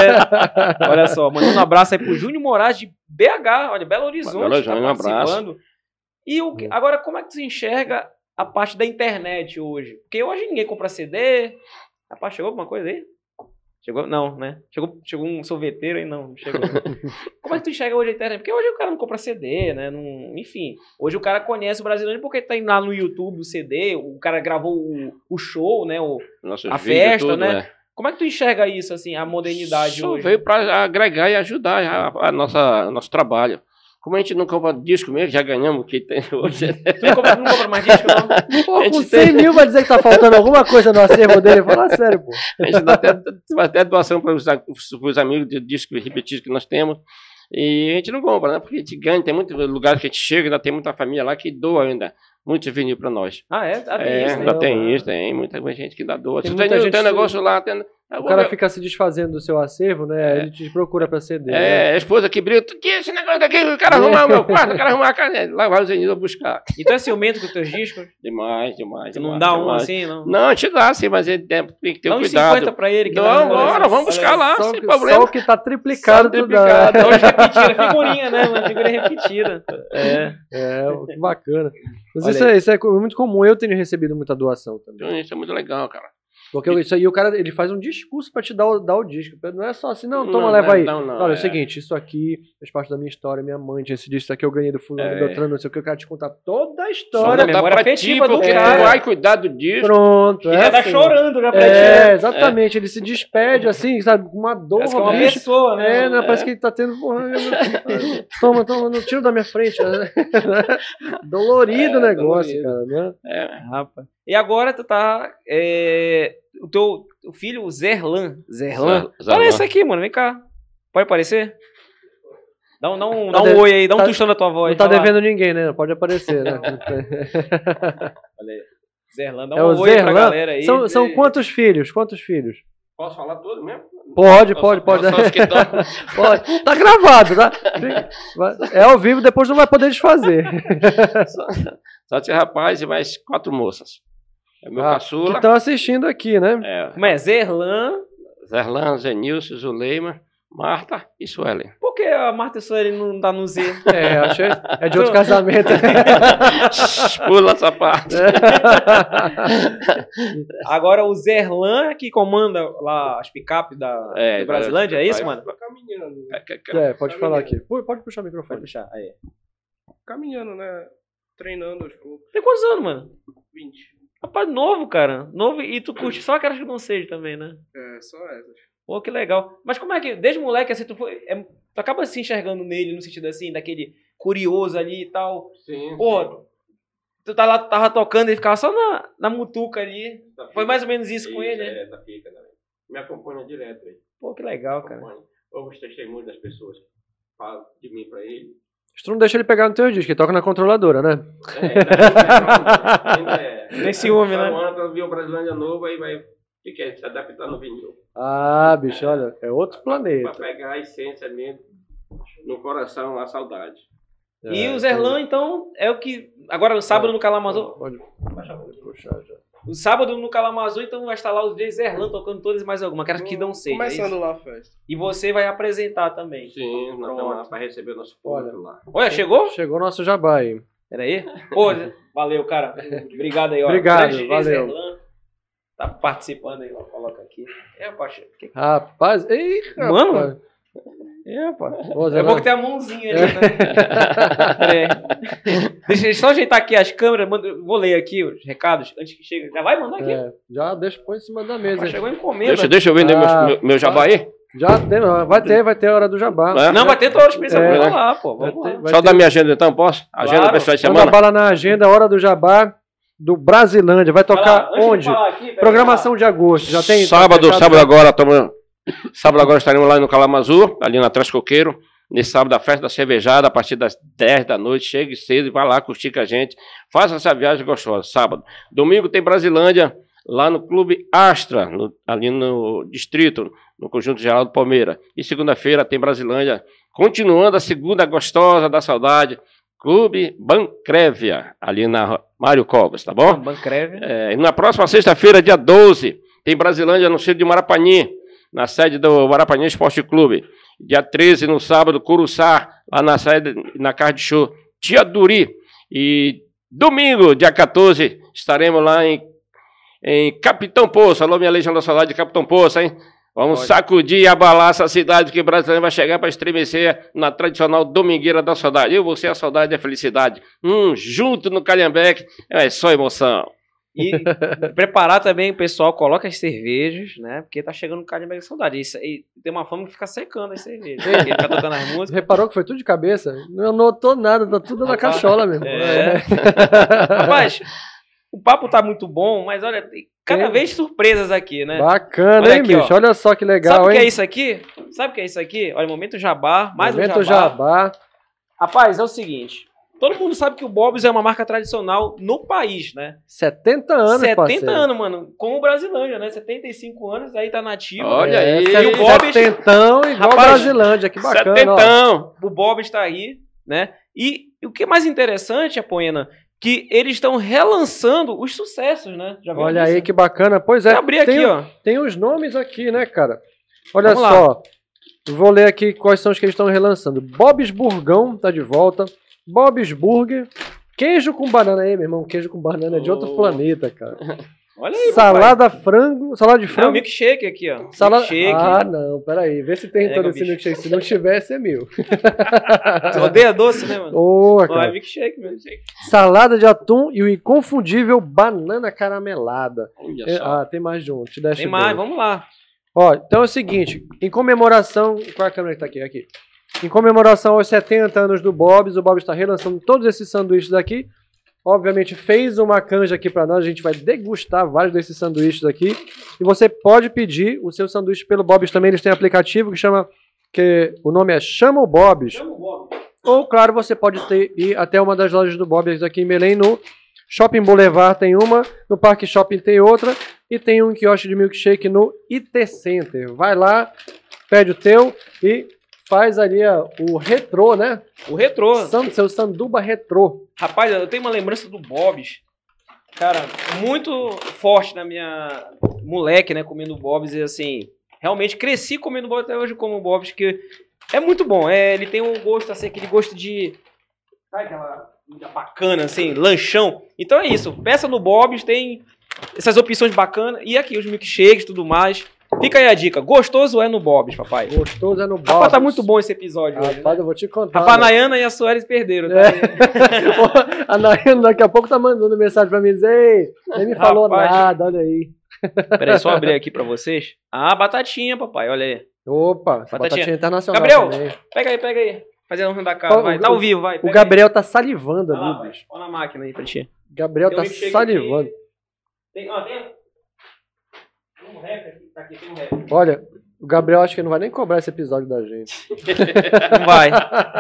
Olha só, mandando um abraço aí pro Júnior Moraes de B H, olha, Belo Horizonte. Belo Horizonte, tá um abraço. participando. E o, que- agora, como é que você enxerga a parte da internet hoje? Porque hoje ninguém compra C D. Rapaz, chegou alguma coisa aí? Chegou? Não, né? Chegou, chegou um sorveteiro aí? Não, não chegou. Como é que tu enxerga hoje a internet? Porque hoje o cara não compra C D, né? Não, enfim, hoje o cara conhece o brasileiro porque tá indo lá no YouTube o C D, o cara gravou o, o show, né? O, Nossos A vídeos, festa, tudo, né? é. como é que tu enxerga isso, assim, a modernidade Só hoje? veio para agregar e ajudar a, a nossa nosso trabalho. Como a gente não compra disco mesmo, já ganhamos o que tem hoje. Tu não compra, não compra mais disco, não? Pô, A com gente cem tem- mil vai dizer que tá faltando alguma coisa no acervo dele. Fala sério, pô. A gente dá até, faz até doação para os, os amigos de discos repetidos que nós temos. E a gente não compra, né? Porque a gente ganha, tem muitos lugares que a gente chega, ainda tem muita família lá que doa ainda muito vinil para nós. Ah, é? Ah, tem É, isso, né? ainda tem isso, tem muita gente que dá doa. Tem Se muita tem, gente tem um que- negócio lá, tem, O cara fica se desfazendo do seu acervo, né? Ele te procura pra ceder. né? É, a esposa que briga, tu tinha esse negócio daqui, o cara arrumar o meu quarto, o cara arrumar a casa, lá vai o Zenildo buscar. E tu é ciumento com os teus discos? Demais, demais. Tu não demais, dá um demais. assim, não? Não, a gente dá sim, mas ele tem, tem que ter Dá um uns cuidado. cinquenta pra ele. Que Não, vai- bora, vamos buscar lá, Só, sem que- problema. só o que tá triplicado, Só tu triplicado. dá. Hoje repetida, figurinha, né? Uma figurinha repetida. É. É, que bacana. Mas Olha isso é, isso é co- muito comum. Eu tenho recebido muita doação também. Então, isso é muito legal, cara. Porque isso aí o cara ele faz um discurso pra te dar o, dar o disco. Não é só assim, não, toma, Não, leva não, aí. não, não, Olha, é é. o seguinte, isso aqui faz parte da minha história, minha mãe tinha esse disco, isso aqui eu ganhei do fulano, É. do Beltrano, não sei o que, eu quero te contar toda a Só história. da memória pra ti, afetiva do porque cara. tu vai cuidar do disco. Pronto, E é já tá assim. chorando já pra É, ti. exatamente, ele se despede assim, sabe, com uma dor, Parece que é uma bicho. pessoa, né? É, não, parece que ele tá tendo. Porra, eu- toma, toma, não tira da minha frente. né? Dolorido o É, negócio, dolorido. cara, né? É, Rapaz. E agora tu tá. é, o teu o filho, o Zerlan. Zerlan. Zer- Zerlan. Olha esse aqui, mano. Vem cá. Pode aparecer? Dá um, dá um, dá Tá um de- oi aí, dá um tá- tostão da tua voz. Não tá vai lá. devendo ninguém, né? Pode aparecer, né? Olha aí. Zerlan, dá um É o oi pra Zerlan. galera aí. São, são quantos filhos? Quantos filhos? posso falar tudo mesmo? Pode, Só- pode, só- pode. só os que tão- Pode. Tá gravado, tá? É ao vivo, depois não vai poder desfazer. Só, só esse rapaz e mais quatro moças. É meu Ah, que caçula. estão assistindo aqui, né? É, Como é? Zerlan. Zerlan, Zenilson, Zuleima, Marta e Suelen. Por que a Marta Sueli não tá no Z? É, achei. É de outro casamento. Pula essa parte. Agora o Zerlan que comanda lá as picapes da É, do Brasilândia, é isso, vai- mano? Tá caminhando. É, que- que- É, pode falar aqui. Pu- Pode puxar o Pode microfone. puxar. Aí. Caminhando, né? Treinando aos poucos. Tem quantos anos, mano? vinte. Rapaz, novo, cara. Novo e tu curte só aquelas que não seja também, né? É, só essas. Pô, que legal. Mas como é que, desde moleque, assim, tu foi. é, tu acaba se enxergando nele no sentido assim, daquele curioso ali e tal. Sim, Pô, tu tá lá, tava tocando e ficava só na, na mutuca ali. sim. Foi mais ou menos isso com ele, né? É, tá fica também. Me acompanha direto aí. Pô, que legal, cara. Acompanha. Ouve os testemunhos das pessoas que falam de mim pra ele. Tu não deixa ele pegar no teu disco, ele toca na controladora, né? É, ainda é. Tem ciúme, né? Só quando viu o Brasilândia novo, aí vai que quer se adaptar no vinil. Ah, bicho, olha, é outro Pra planeta. pegar a essência mesmo, no coração, a saudade. E É, o Zerlan, então, é o que. Agora no sábado no Calamazu. Pode, pode puxar já. O sábado no Calamazu, então vai estar lá os dias Zerlan tocando todas e mais alguma. Quero que dão seja. é Começando isso? lá a festa. E você vai apresentar também. Sim, nós Pronto. estamos lá para receber o nosso público lá. Olha, chegou? Chegou o nosso jabá aí. Peraí. Pô, valeu, cara. Obrigado aí, ó. Obrigado, Grande valeu. Zerlan tá participando aí, ó. Coloca aqui. É, Pacha. Que... Rapaz, ei, Mano, rapaz. É, pô. Ô, Zé, É bom não. que tem a mãozinha ali, né? Peraí. Deixa eu só ajeitar aqui as câmeras. manda- Vou ler aqui os recados antes que chegue. Já vai mandar aqui? É, já deixa, põe em cima da mesa. Mas chegou a encomenda. Deixa, deixa eu vender Ah, meu, meu, meu jabá aí. Já tem, vai ter, vai ter a hora do jabá. É? Não, vai ter toda a experiência. É. Vamos lá, pô. Vai Vamos ter- lá. vai Só ter- da minha agenda então, posso? Agenda Claro. pessoal de Manda semana? bala na agenda, hora do jabá do Brasilândia. Vai Vai lá, tocar antes de onde? falar aqui, peraí, Programação de agosto. Já tem? Sábado, tá fechado? sábado agora, tamo, sábado agora estaremos lá no Calamazu, ali na Trás Coqueiro. Nesse sábado, a festa da cervejada, a partir das dez da noite. Chegue cedo e vai lá curtir com a gente. Faça essa viagem gostosa, sábado. Domingo tem Brasilândia, lá no Clube Astra, no- ali no distrito, no Conjunto Geral do Palmeiras. E segunda-feira tem Brasilândia, continuando a segunda gostosa da saudade, Clube Bancrévia, ali na Mário Covas, tá bom? Bancreve. É, e na próxima sexta-feira, dia doze, tem Brasilândia no centro de Marapani, na sede do Marapani Esporte Clube. Dia treze, no sábado, Curuçá, lá na sede, na casa de show, Tia Duri. E domingo, dia quatorze, estaremos lá em, em Capitão Poço. Alô, minha Legião da Saudade de Capitão Poço, hein? Vamos Pode. sacudir e abalar essa cidade, que o brasileiro vai chegar para estremecer na tradicional Domingueira da Saudade. Eu, você, a saudade e a felicidade. Hum, junto no Calhambeque, é só emoção. E preparar também, pessoal, coloca as cervejas, né? Porque tá chegando o Carne de Saudade. Isso aí tem uma fama que fica secando as cervejas. Ele tá tocando as músicas. Reparou que foi tudo de cabeça? Não anotou nada, tá tudo na cachola mesmo. É. Rapaz, o papo tá muito bom, mas olha, tem cada Tem. vez surpresas aqui, né? Bacana, Olha hein, aqui, bicho? ó. Olha só que legal, Sabe o que hein? é isso aqui? Sabe o que é isso aqui? Olha, momento jabá, mais Momento um jabá. jabá. Rapaz, é o seguinte. Todo mundo sabe que o Bob's é uma marca tradicional no país, né? setenta anos, setenta parceiro. anos, mano. Com o Brasilândia, né? setenta e cinco anos, aí tá nativo. Olha É, aí. E o Bob's- Setentão igual Rapaz, Brasilândia, que bacana. ó. Setentão. O Bob está aí, né? E o que é mais interessante, Apoena, que eles estão relançando os sucessos, né? Já viu Olha isso? aí que bacana. Pois é, Vou abrir tem, aqui, ó. tem os nomes aqui, né, cara? Olha Vamos lá. só. Vou ler aqui quais são os que eles estão relançando. Bob's Burgão tá de volta. Bob's Burger. Queijo com banana aí, meu irmão. Queijo com banana é de outro Oh. planeta, cara. Olha aí, Salada frango, salada de papai. É o frango. milkshake aqui, ó. Salada... Milkshake. Ah, não, peraí. Vê se tem Pega todo o esse bicho. milkshake. Se não tivesse, é mil. Você odeia doce, né, mano? Ô, Não, é cara. milkshake mesmo. Salada de atum e o inconfundível banana caramelada. Olha É, só. ah, tem mais de um. Te deste Tem mais, dois. vamos lá. Ó, então é o seguinte, em comemoração, qual é a câmera que tá aqui? Aqui. Em comemoração aos setenta anos do Bob's, o Bob's está relançando todos esses sanduíches aqui. Obviamente fez uma canja aqui para nós, a gente vai degustar vários desses sanduíches aqui. E você pode pedir o seu sanduíche pelo Bob's também, eles têm um aplicativo que chama, que o nome é Chama o Bob's. Chama o Bob. Ou, claro, você pode ter, ir até uma das lojas do Bob's aqui em Belém, no Shopping Boulevard tem uma, no Parque Shopping tem outra, e tem um quiosque de milkshake no I T Center. Vai lá, pede o teu e faz ali ó, o retrô, né? O retrô. San- seu sanduba retrô. Rapaz, eu tenho uma lembrança do Bob's. Cara, muito forte na minha moleque, né? Comendo Bob's e assim. Realmente cresci comendo Bob's, até hoje como Bob's, que é muito bom. É, ele tem um gosto, assim, aquele gosto de. Sabe aquela comida bacana, assim, lanchão. Então é isso. Peça no Bob's, tem essas opções bacanas. E aqui os milkshakes e tudo mais. Fica aí a dica. Gostoso é no Bob's, papai. Gostoso é no Bob's. Rapaz, tá muito bom esse episódio hoje. Rapaz, Né? eu vou te contar. Rapaz, a né? Nayana e a Soares perderam. Tá? É. A Nayana daqui a pouco tá mandando mensagem pra mim dizer, ei, nem me falou Rapaz. nada, olha aí. Peraí, só abrir aqui pra vocês. Ah, batatinha, papai, olha aí. Opa, Batatinha. batatinha internacional Gabriel, também. pega aí, pega aí. Fazendo um da casa, Ó, vai. o- Tá ao vivo, vai. O pega Gabriel tá salivando aí. Olha lá, ali, vai. bicho. Olha na máquina aí pra ti. Gabriel Tem tá um milkshake salivando. aqui. Tem, ó, tem um rap aqui, tá aqui, tem um rap. Olha, o Gabriel acho que não vai nem cobrar esse episódio da gente. Não vai.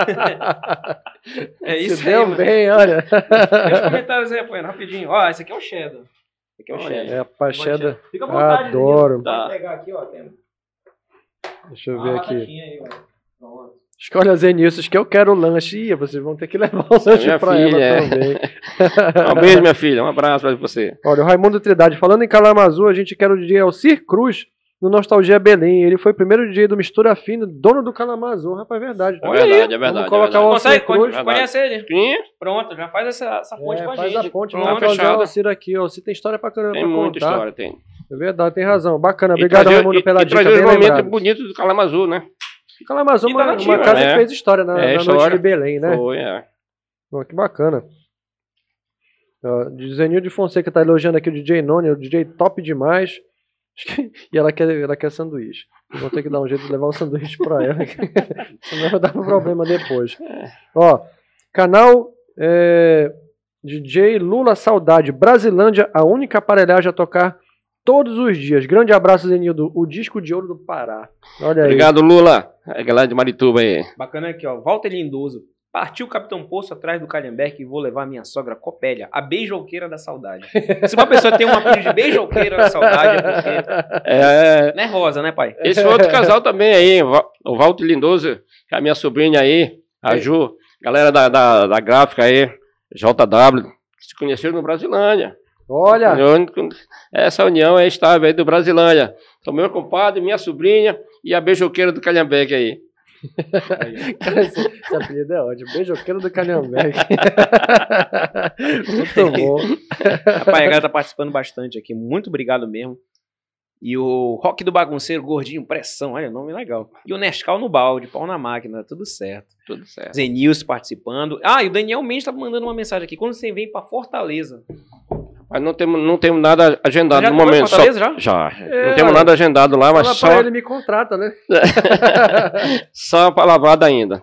É isso Se aí, deu mano. bem, olha. Tem os comentários aí, apoiando, rapidinho. Ó, esse aqui é o Cheddar. Esse aqui é o Olha Cheddar. É, a pacheda. Fica à vontade, Adoro. Danilo. Pode Tá. pegar aqui, ó. Tem Deixa eu uma ver aqui. batatinha aí, ó. Pronto. Escolha Zenilson, que eu quero o lanche. Ih, vocês vão ter que levar o lanche minha pra filha, ela é. também. Um beijo, minha filha. Um abraço pra você. Olha, o Raimundo Trindade, falando em Kalamazoo, a gente quer o D J Alcir Cruz no Nostalgia Belém. Ele foi o primeiro D J do Mistura Fino, dono do Kalamazoo. Rapaz, é verdade. É verdade, é verdade. Vamos é colocar verdade. o Consegue? Alcir Cruz. Conhe- Conhece ele? Sim, Pronto, já faz essa, essa ponte É, com a faz gente. a ponte, Pronto, vamos trazer o fechado. Alcir aqui. O Alcir tem história pra caramba tem pra muita contar. história, tem. É verdade, tem razão. Bacana. E Obrigado, trazer- Raimundo, e- pela e dica. trazer bem os momentos lembrado. bonitos do Kalamazoo, né? Kalamazoo, E uma, da uma nativa, casa né? que fez história na, É, na história. noite de Belém, né? Foi, é. Pô, que bacana. Ó, Zenil de Fonseca tá elogiando aqui o D J Noni, o D J top demais. Acho que- E ela quer, ela quer sanduíche. Vou ter que dar um jeito de levar o sanduíche pra ela. Senão vai dar um problema depois. Ó, canal é, D J Lula Saudade, Brasilândia, a única aparelhagem a tocar todos os dias. Grande abraço, Zenildo, o disco de ouro do Pará. Olha aí. Obrigado, Lula. É galera de Marituba aí. Bacana aqui, ó. Walter Lindoso. Partiu o Capitão Poço atrás do Calhambeque e vou levar minha sogra Copélia, a beijoqueira da saudade. Se uma pessoa tem um apelido de beijoqueira da saudade, é porque É, nervosa, né, pai? esse foi outro casal também aí, o Val- o Walter Lindoso, que é a minha sobrinha aí, a É. Ju, galera da, da, da gráfica aí, J W, se conheceram no Brasilândia. Olha, União- Essa união é estável aí do Brasilândia. Então, meu compadre, minha sobrinha e a beijoqueira do Calhambeque aí. cara, esse, esse apelido é ótimo. Beijoqueiro do Calhambeque. Muito bom. Rapaz, a galera tá participando bastante aqui. Muito obrigado mesmo. E o Rock do Bagunceiro, Gordinho, Pressão. Olha, nome legal. E o Nescau no balde, pau na máquina. Tudo certo. Tudo certo. Zenilson participando. Ah, e o Daniel Mendes tá mandando uma mensagem aqui. Quando você vem pra Fortaleza? Mas não temos, não temos nada agendado Já no foi momento. em Fortaleza, só, já? já. É, não temos olha, nada agendado lá, mas Fala só, pra ele, me contrata, né? só pra lavada ainda.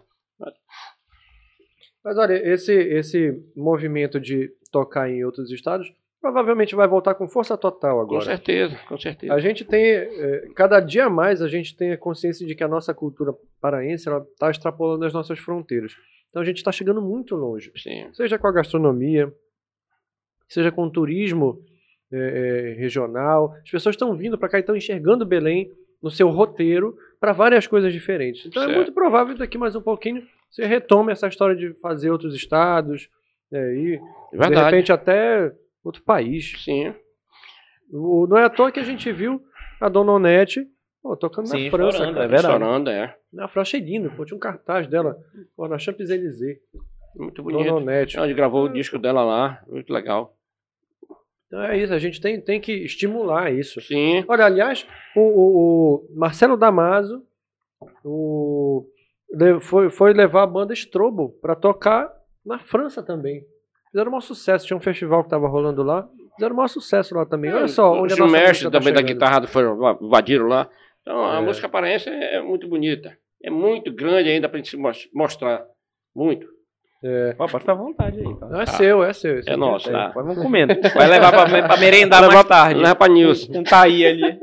Mas olha, esse, esse movimento de tocar em outros estados provavelmente vai voltar com força total Com agora. certeza, com certeza. A gente tem, eh, cada dia mais a gente tem a consciência de que a nossa cultura paraense está extrapolando as nossas fronteiras. Então a gente está chegando muito longe. Sim. Seja com a gastronomia, seja com o turismo eh, eh, regional. As pessoas estão vindo para cá e estão enxergando Belém no seu roteiro para várias coisas diferentes. Então é Certo. muito provável que daqui mais um pouquinho você retome essa história de fazer outros estados, eh, e de Verdade. repente até outro país. Sim. O- não é à toa que a gente viu a Dona Onete pô, tocando Sim, na França, estourando, cara. é verdade. Restaurando, é. Na França é lindo, pô, tinha um cartaz dela pô, na Champs-Élysées. Muito Dona bonito. Onete. Onde gravou o disco dela lá, muito legal. Então é isso, a gente tem, tem que estimular isso. Sim. Olha, aliás, o, o- o Marcelo Damasio o, le- foi, foi levar a banda Strobo para tocar na França também. Fizeram um maior sucesso, tinha um festival que estava rolando lá, fizeram um maior sucesso lá também. Olha só, onde Os a nossa mestres música tá também da chegando. guitarra foram lá, invadiram lá. Então a É. música paraense é muito bonita. É muito grande ainda pra gente se mos- mostrar. Muito. Ó, pode ficar à vontade aí. Tá? Não, é seu, é seu. esse É aqui nosso, seu. tá? Vamos comendo. Vai levar pra, pra merendar Leva- mais tarde. Leva pra Nilson. Um taí ali.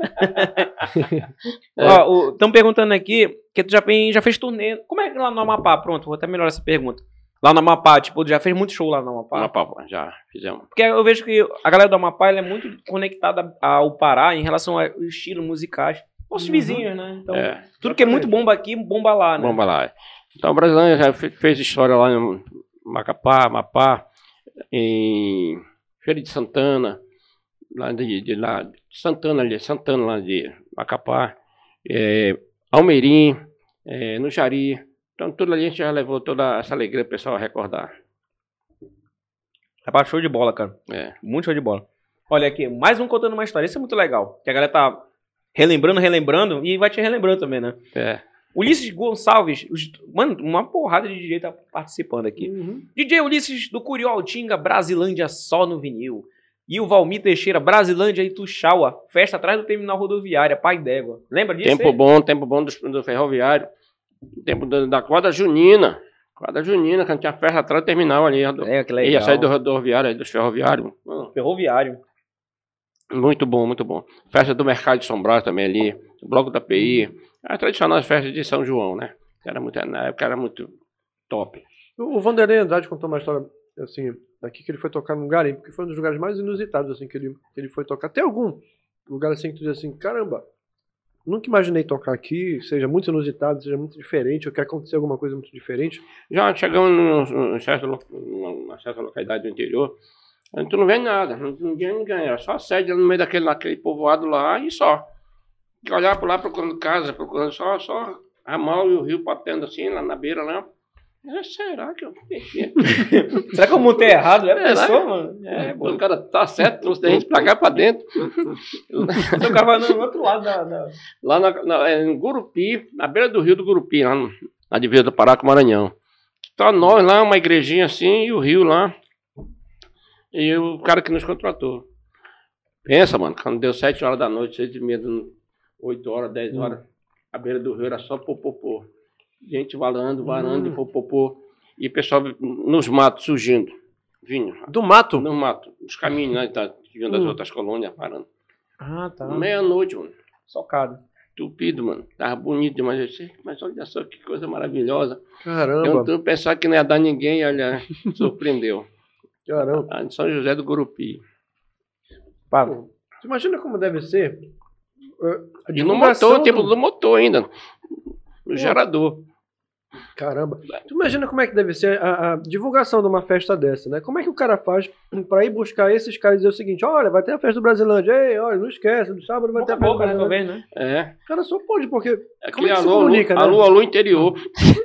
Estão perguntando aqui que tu já, tem- já fez turnê. Como é que lá no Amapá? Pronto, vou até melhorar essa pergunta. Lá no Amapá, tipo, tu já fez muito show lá no Amapá? Uma papa, já fizemos. Porque eu vejo que a galera do Amapá ela é muito conectada ao Pará em relação ao estilo musicais. Os vizinhos, né? Então, É, tudo que é muito bomba aqui, bomba lá, né? vamos lá. Então o brasileiro já fe- fez história lá em Macapá, Amapá, em Feira de Santana, lá de, de lá, Santana ali, Santana lá de Macapá, é, Almeirim, é, no Jari. Então tudo ali a gente já levou toda essa alegria pro pessoal recordar. Rapaz, show de bola, cara. É. Muito show de bola. Olha aqui, mais um contando uma história. Isso é muito legal. Que a galera tá relembrando, relembrando e vai te relembrando também, né? É. Ulisses Gonçalves, os- mano, uma porrada de D J tá participando aqui. D J Ulisses do Curioltinga, Brasilândia só no vinil. E o Valmir Teixeira, Brasilândia e Tuxaua, festa atrás do terminal rodoviária, Pai d'Égua. Lembra disso? Tempo aí? bom, tempo bom do, do ferroviário. Tempo da, da quadra junina. Quadra junina, que a gente tinha festa atrás do terminal ali. Do, É, que legal. ia sair do rodoviário, aí, dos ferroviários. Hum, Ferroviário. Muito bom, muito bom. Festa do Mercado de São Brás também ali. Bloco da P I. A tradicional festa de São João, né? Que Era muito, na época era muito top. O o Vanderlei Andrade contou uma história assim, aqui que ele foi tocar num garimpo, que foi um dos lugares mais inusitados assim, que, ele, que ele foi tocar. Tem algum lugar assim que tu diz assim, caramba, nunca imaginei tocar aqui, seja muito inusitado, seja muito diferente, ou que acontecer alguma coisa muito diferente. Já chegamos num, num certo, lo- numa certa localidade do interior, a gente não vê nada, não, não vê ninguém, era só a sede no meio daquele, naquele povoado lá e só. Olhar por lá procurando casa, procurando só, só ramal e o rio batendo assim, lá na beira lá. É, será que eu... Será que eu montei errado? É, É, pessoa, né? mano? É, o cara tá certo, trouxe a gente pra cá, pra dentro. Então o cara vai no outro lado da... da... Lá na, na, é, em Gurupi, na beira do rio do Gurupi, lá no- na divisa do Pará com o Maranhão. Tá nós lá, uma igrejinha assim, e o rio lá. E o cara que nos contratou. Pensa, mano, quando deu sete horas da noite, seis e meia, oito horas, dez horas, a beira do rio era só popopô. Gente valando, varando, Hum. popopô. E o pessoal nos matos surgindo, vindo. Do mato? No mato, nos caminhos, né? Tá, vindo das Hum. outras colônias, parando. Ah, tá. Meia-noite, mano. Socado. Tupido, mano. Tava bonito demais. Eu disse, mas olha só que coisa maravilhosa. Eu Caramba, não pensava que não ia dar ninguém, olha, surpreendeu. caramba. Ah, em São José do Gurupi. Pá, Pô, você imagina como deve ser eh, a E no divulgação motor, o tempo do- do motor ainda. No gerador. Caramba. Tu imagina como é que deve ser a, a divulgação de uma festa dessa, né? Como é que o cara faz pra ir buscar esses caras e dizer o seguinte, olha, vai ter a festa do Brasilândia, ei, olha, não esquece, no sábado vai ter boca a a festa do boca, né, Brasilândia. talvez, né? É. O cara só pode, porque... Aquele é que se alô, comunica, alô, né? alô, alô interior.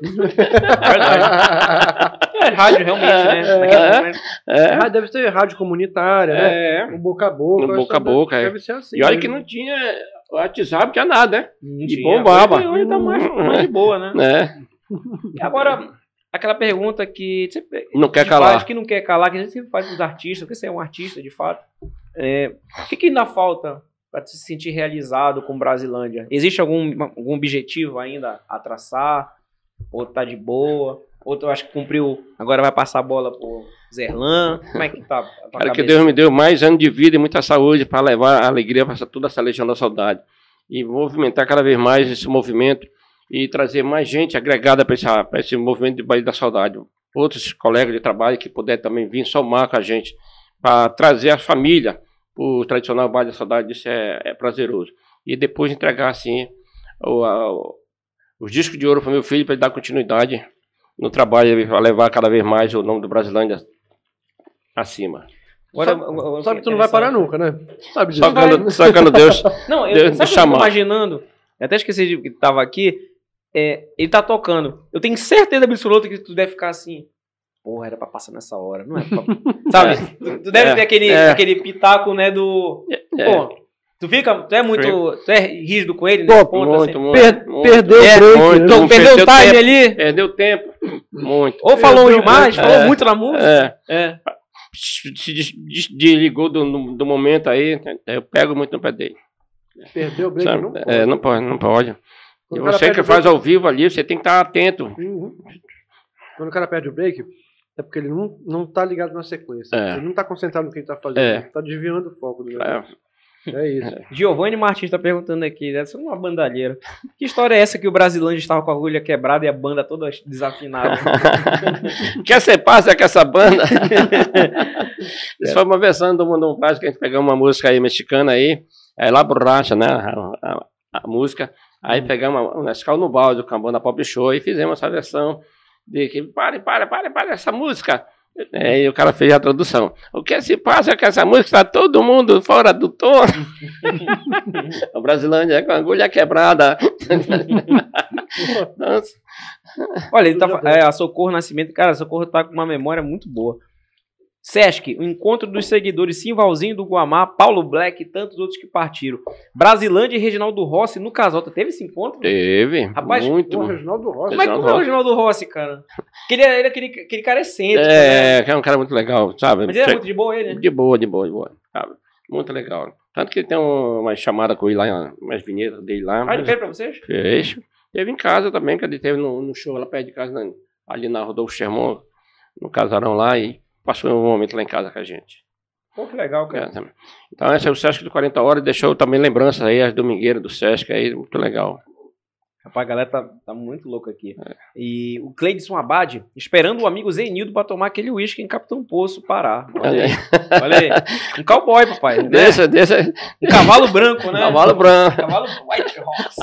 Verdade. É rádio, realmente, né? É. Naquele momento. É. Ah, deve ter rádio comunitária, né? É. O boca a boca. No eu acho boca a que deve- boca, é. Deve ser assim. E olha né? que não tinha WhatsApp, não tinha nada, né? Não E tinha. bombava. Hoje, hoje tá mais, mais de boa, né? É. E agora, aquela pergunta que sempre, Não quer que calar. faz, que não quer calar, que a gente sempre faz dos artistas, porque você é um artista, de fato. É, o que, que ainda falta para se sentir realizado com Brasilândia? Existe algum, algum objetivo ainda a traçar? Ou tá de boa? Ou tu acha que cumpriu, agora vai passar a bola pro Zerlan? Como é que tá? a tua Cara, que cabeça? Deus me deu mais anos de vida e muita saúde para levar a alegria para toda essa legião da saudade. E movimentar cada vez mais esse movimento e trazer mais gente agregada para esse, pra esse movimento de Baile da Saudade. Outros colegas de trabalho que puderem também vir somar com a gente para trazer a família para o tradicional Baile da Saudade. Isso é, é prazeroso. E depois entregar assim o, a, o- os discos de ouro para meu filho para ele dar continuidade no trabalho para levar cada vez mais o nome do Brasilândia acima. Agora, Sabe- eu- eu- Sabe que tu não vai parar nunca, né? Sabe disso. Sacando, sacando Deus. Não, eu, Deus sabe me o que eu tô chamar. imaginando? Eu até esqueci de que tava aqui. É, ele tá tocando. Eu tenho certeza absoluta que tu deve ficar assim. porra, era pra passar nessa hora, não é pra... Sabe? Tu, tu deve É, ter aquele, é. aquele pitaco, né, do... É. Pô, tu fica... Tu é muito... Tu é rígido com ele, Pô, nesse ponto, Muito, assim? muito, Per- muito. perdeu É, o break. muito. né? Então, perdeu o Perdeu time tempo. ali? Perdeu tempo. Muito. Ou falou Perdeu demais, o falou É. muito na música. É. É. Se des- des- desligou do, do momento aí, eu pego muito no pé dele. Perdeu o break, Sabe? não pode. É, não pode, não pode. Quando E o cara você perde que o faz break- ao vivo ali, você tem que estar atento. Uhum. Quando o cara perde o break, é porque ele não, não tá ligado na sequência. É. Ele não tá concentrado no que ele tá fazendo. É. Ele tá desviando o foco do É, negócio. É isso. Giovanni Martins tá perguntando aqui, essa é uma bandalheira. Que história é essa que o Brasilândia estava com a agulha quebrada e a banda toda desafinada? Quer ser parceiro com essa banda? Isso foi uma versão do Mundo um Plástico, que a gente pegou uma música aí mexicana aí, é La Borracha, né? A, a- a música. Aí pegamos uma, uma escala no balde com a banda Pop Show e fizemos essa versão de que pare, para, para, para essa música. É, e o cara fez a tradução. O que se passa é que essa música está todo mundo fora do tom. A Brasilândia é com a agulha quebrada. Nossa. Olha, ele tá, é, a Socorro Nascimento, cara, a Socorro tá com uma memória muito boa. Sesc, o encontro dos seguidores Simvalzinho do Guamá, Paulo Black e tantos outros que partiram. Brasilândia e Reginaldo Rossi no Casota. Teve esse encontro? Teve. Rapaz, muito. O Reginaldo Rossi. Como é que Reginaldo como é o Rossi. Reginaldo Rossi, cara? Porque ele é, ele é aquele, aquele cara excêntrico, né? É, que é um cara muito legal, sabe? Mas ele é muito de boa, ele, né? De boa, de boa, de boa. Sabe? Muito legal. Tanto que ele tem um- uma chamada com ele lá, umas vinhetas dele lá. Ah, ele fez pra vocês? Fez. Teve em casa também, que ele teve no, no show lá perto de casa, né? Ali na Rodolfo Sherman, no casarão lá, e passou um momento lá em casa com a gente. Pô, que legal, cara. É, também. Então esse é o Sesc do quarenta Horas, deixou também lembranças aí, as domingueiras do Sesc aí, muito legal. Rapaz, a galera tá, tá muito louca aqui. É. E o Cleidson Abade, esperando o amigo Zenildo pra tomar aquele uísque em Capitão Poço, Pará. Olha aí. Olha aí. Um cowboy, papai. Né? Deixa, deixa. Um cavalo branco, né? Cavalo branco. Cavalo White Horse.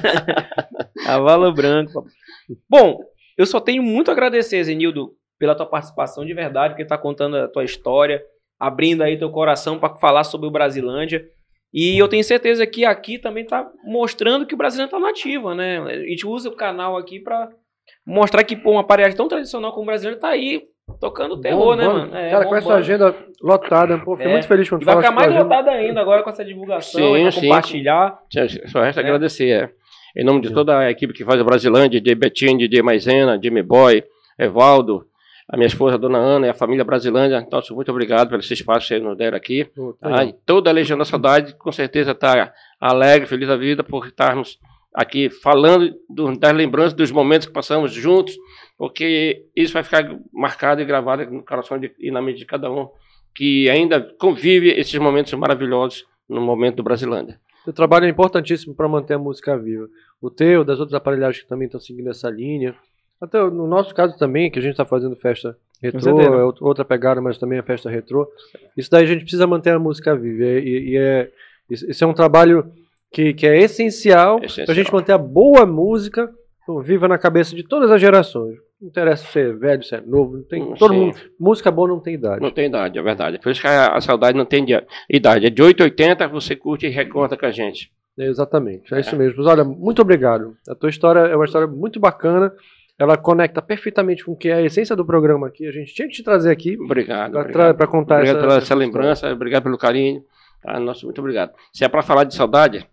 Cavalo branco. papai. Bom, eu só tenho muito a agradecer, Zenildo, pela tua participação de verdade, porque tá contando a tua história, abrindo aí teu coração para falar sobre o Brasilândia. E eu tenho certeza que aqui também tá mostrando que o Brasilândia tá nativa, né? A gente usa o canal aqui para mostrar que pô, uma aparelhagem tão tradicional como o Brasilândia tá aí tocando terror, né, Bombando. mano? É, Cara, com essa bombando. agenda lotada, pô, fiquei É. muito feliz quando E vai fala ficar essa mais agenda. lotada ainda agora com essa divulgação, Sim, e pra sim. compartilhar. Só resta É. agradecer, é. Em nome de toda a equipe que faz a Brasilândia, de Betinho, de Maisena, Jimmy Boy, Evaldo, a minha esposa, a dona Ana, e a família Brasilândia. Então, muito obrigado pelo esse espaço que vocês nos deram aqui. Pô, tá Tá? aí. E toda a Legião da Saudade, com certeza, está alegre, feliz da vida, por estarmos aqui falando do- das lembranças, dos momentos que passamos juntos, porque isso vai ficar marcado e gravado no coração de, e na mente de cada um, que ainda convive esses momentos maravilhosos no momento do Brasilândia. O trabalho é importantíssimo para manter a música viva. O teu, das outras aparelhagens que também estão seguindo essa linha. Até no nosso caso também, que a gente está fazendo festa retrô, certeza. é outra outra pegada, mas também é festa retrô. Isso daí a gente precisa manter a música viva. E, e é, isso isso é um trabalho que, que é essencial para Essencial. a gente manter a boa música pô, viva na cabeça de todas as gerações. Não interessa se é velho, se é novo, não tem, Hum, todo sim. mundo, música boa não tem idade. Não tem idade, é verdade. Por isso que a, a saudade não tem dia- idade. É de oito a oitenta, você curte e recorda com a gente. É, exatamente, é isso mesmo. Mas olha, muito obrigado. A tua história é uma história muito bacana. Ela conecta perfeitamente com o que é a essência do programa aqui. A gente tinha que te trazer aqui Obrigado. para obrigado. contar Obrigado essa, pela essa essa lembrança, obrigado pelo carinho. Tá? Nossa, muito obrigado. Se é para falar de saudade,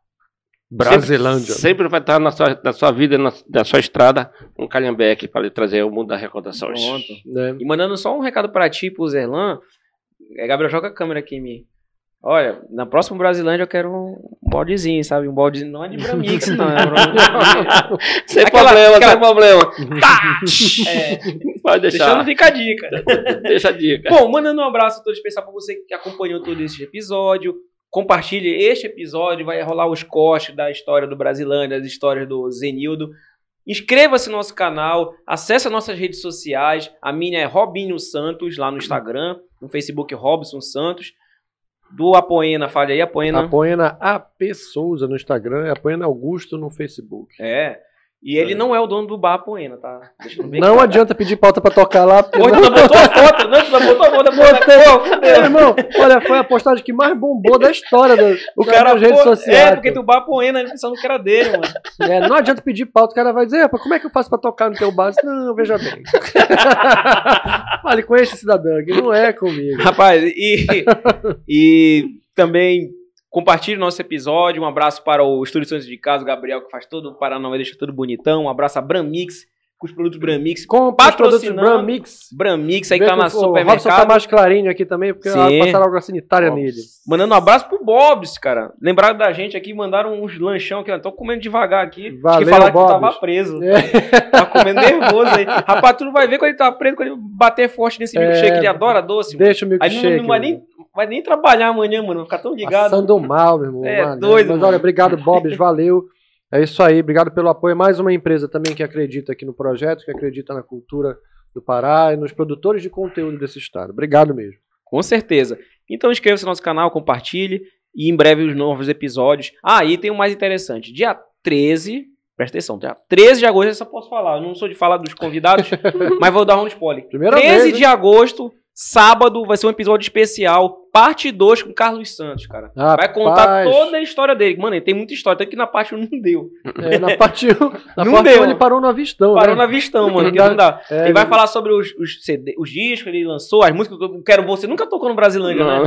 Brasilândia. Sempre, sempre vai estar na sua, na sua vida, na, na sua estrada, um calhambeque para lhe trazer o mundo das recordações. Pronto. Né? E mandando só um recado pra ti, pro Zerlan. É, Gabriel, joga a câmera aqui em mim. Olha, na próxima Brasilândia eu quero um baldezinho, sabe? Um baldezinho, não é de Bramix, não. É um... Sem Aquela- problema, aquela- sem problema. é, Pode deixando deixar. fica a dica. Deixa a dica. Bom, mandando um abraço todo especial pra você que acompanhou todo esse episódio. Compartilhe este episódio, vai rolar os cortes da história do Brasilândia, das histórias do Zenildo. Inscreva-se no nosso canal, acesse as nossas redes sociais. A minha é Robinho Santos, lá no Instagram, no Facebook Robson Santos. Do Apoena, fale aí, Apoena. Apoena A P Souza no Instagram e Apoena Augusto no Facebook. É. E ele não é o dono do bar Poena, tá? Deixando bem Não claro. adianta pedir pauta pra tocar lá. porque Pô, tu não botou a foto, não? Tu não botou a foto da Botei. foto. Meu irmão, olha, foi a postagem que mais bombou da história do, O das cara, redes pô, sociais. é, porque tu bar Poena, ele pensando que era dele, mano. É, não adianta pedir pauta, o cara vai dizer, "Epa, como é que eu faço pra tocar no teu bar?" Eu disse, não, veja bem. Fale com esse cidadão aqui, não é comigo. Rapaz, e, e também compartilhe o nosso episódio. Um abraço para o Estúdio Santos de Casa, o Gabriel, que faz todo o Paranauê, deixa tudo bonitão. Um abraço a Bramix, com os produtos Bramix. Com os produtos Patrocinando Bramix. Bramix, aí Vê que tá que na o Robson tá supermercado. mais clarinho aqui também, porque Sim. passaram água sanitária Ó, nele. Mandando um abraço pro Bobs, cara. Lembraram da gente aqui, mandaram uns lanchão aqui, ó. Tô comendo devagar aqui. Acho Valeu, que falaram que tu Bobs. tava preso. É. Tá comendo nervoso aí. Rapaz, tu não vai ver quando ele tá preso, quando ele bater forte nesse É, milkshake. Ele adora doce, mano. Deixa o Aí milkshake. não, não vai, nem, vai nem trabalhar amanhã, mano. Vai ficar tão ligado. Passando mal, meu irmão. É mano. doido, Mas mano. olha, obrigado, Bobs, valeu. É isso aí, obrigado pelo apoio. Mais uma empresa também que acredita aqui no projeto, que acredita na cultura do Pará e nos produtores de conteúdo desse estado. Obrigado mesmo. Com certeza. Então inscreva-se no nosso canal, compartilhe. E em breve os novos episódios. Ah, e tem o mais interessante. Dia treze... Presta atenção, dia treze de agosto, eu só posso falar. Eu não sou de falar dos convidados, mas vou dar um spoiler. Primeira treze vez, de agosto, sábado, vai ser um episódio especial, parte dois com Carlos Santos, cara. Vai contar Rapaz, toda a história dele. Mano, ele tem muita história, tanto que na parte um não deu. é, na parte um, na Não parte deu. um ele parou no avistão, Parou né? na vistão, mano, que Não não dá. É, Ele vai falar sobre os, os, C D, os discos que ele lançou, as músicas que eu quero você. Nunca tocou no Brasilândia, Não. né?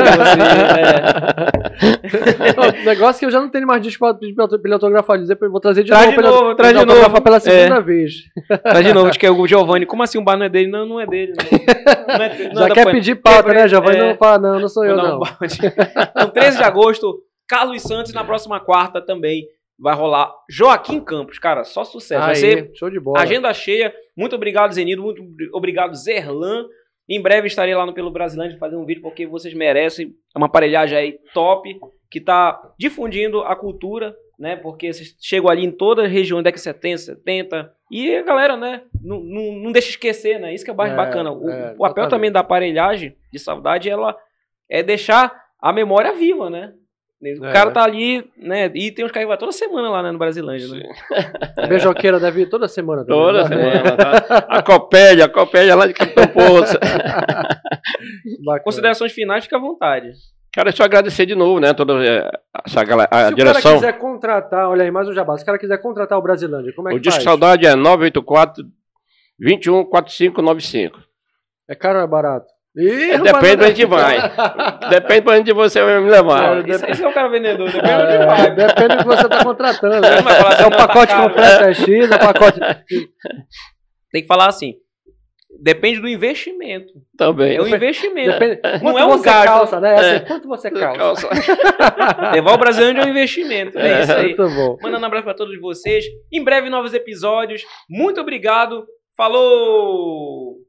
Quero você, é. O negócio é que eu já não tenho mais disco pra pedir pra ele autografar. Dizer, eu vou trazer de Traz novo. de pra ele- novo, traz pra ele de novo. autografar pela segunda É. vez. Mas de novo, acho que é o Giovanni. Como assim o bar não é dele? Não, não é dele. Não, não é, não Já é da quer Poena. pedir pauta, Quebrei, né, Giovanni? é. Não fala, não, não sou eu, Vou dar não. um balde. Então, treze de agosto, Carlos Santos. Na próxima quarta também vai rolar Joaquim Campos. Cara, só sucesso. Vai Aí, ser show de bola. agenda cheia. Muito obrigado, Zenido. Muito obrigado, Zerlan. Em breve estarei lá no Pelo Brasilândia fazendo um vídeo porque vocês merecem. É uma aparelhagem aí top que tá difundindo a cultura, né? Porque vocês chegam ali em toda a região da década de setenta, setenta. E a galera, né? Não, não, não deixa esquecer, né? Isso que é mais É, bacana. O, é, o papel totalmente. também da aparelhagem de saudade, ela é deixar a memória viva, né? O É. cara tá ali, né? E tem uns caras que vai toda semana lá, né, no Brasilândia, né? A beijoqueira deve ir toda semana. também, Toda né? semana, tá? A Copélia, a Copélia lá de Capitão Poço. Bacana. Considerações finais, fica à vontade. Cara, é só agradecer de novo, né? Toda eh, essa galera, a Se o direção. cara quiser contratar, olha aí, mais um jabá. Se o cara quiser contratar o Brasilândia, como é O que Disco faz? Saudade é nove oito quatro, dois um quatro cinco nove cinco. É caro ou é barato? Ih, É, rapaz, depende não- pra onde vai. Depende pra onde você vai me levar. É, Esse, esse é o cara vendedor, depende É, onde vai. depende do que você está contratando. Né? Não vai falar assim, É o não, tá pacote caro. completo, é X, é o pacote. Tem que falar assim. Depende do investimento. Também. É um investimento. Depende. Não Quanto é um você gasto. calça, né? É assim, É. quanto você calça? Levar o Brasilândia é um investimento. É isso aí. Muito bom. Mandando um abraço pra todos vocês. Em breve, novos episódios. Muito obrigado. Falou!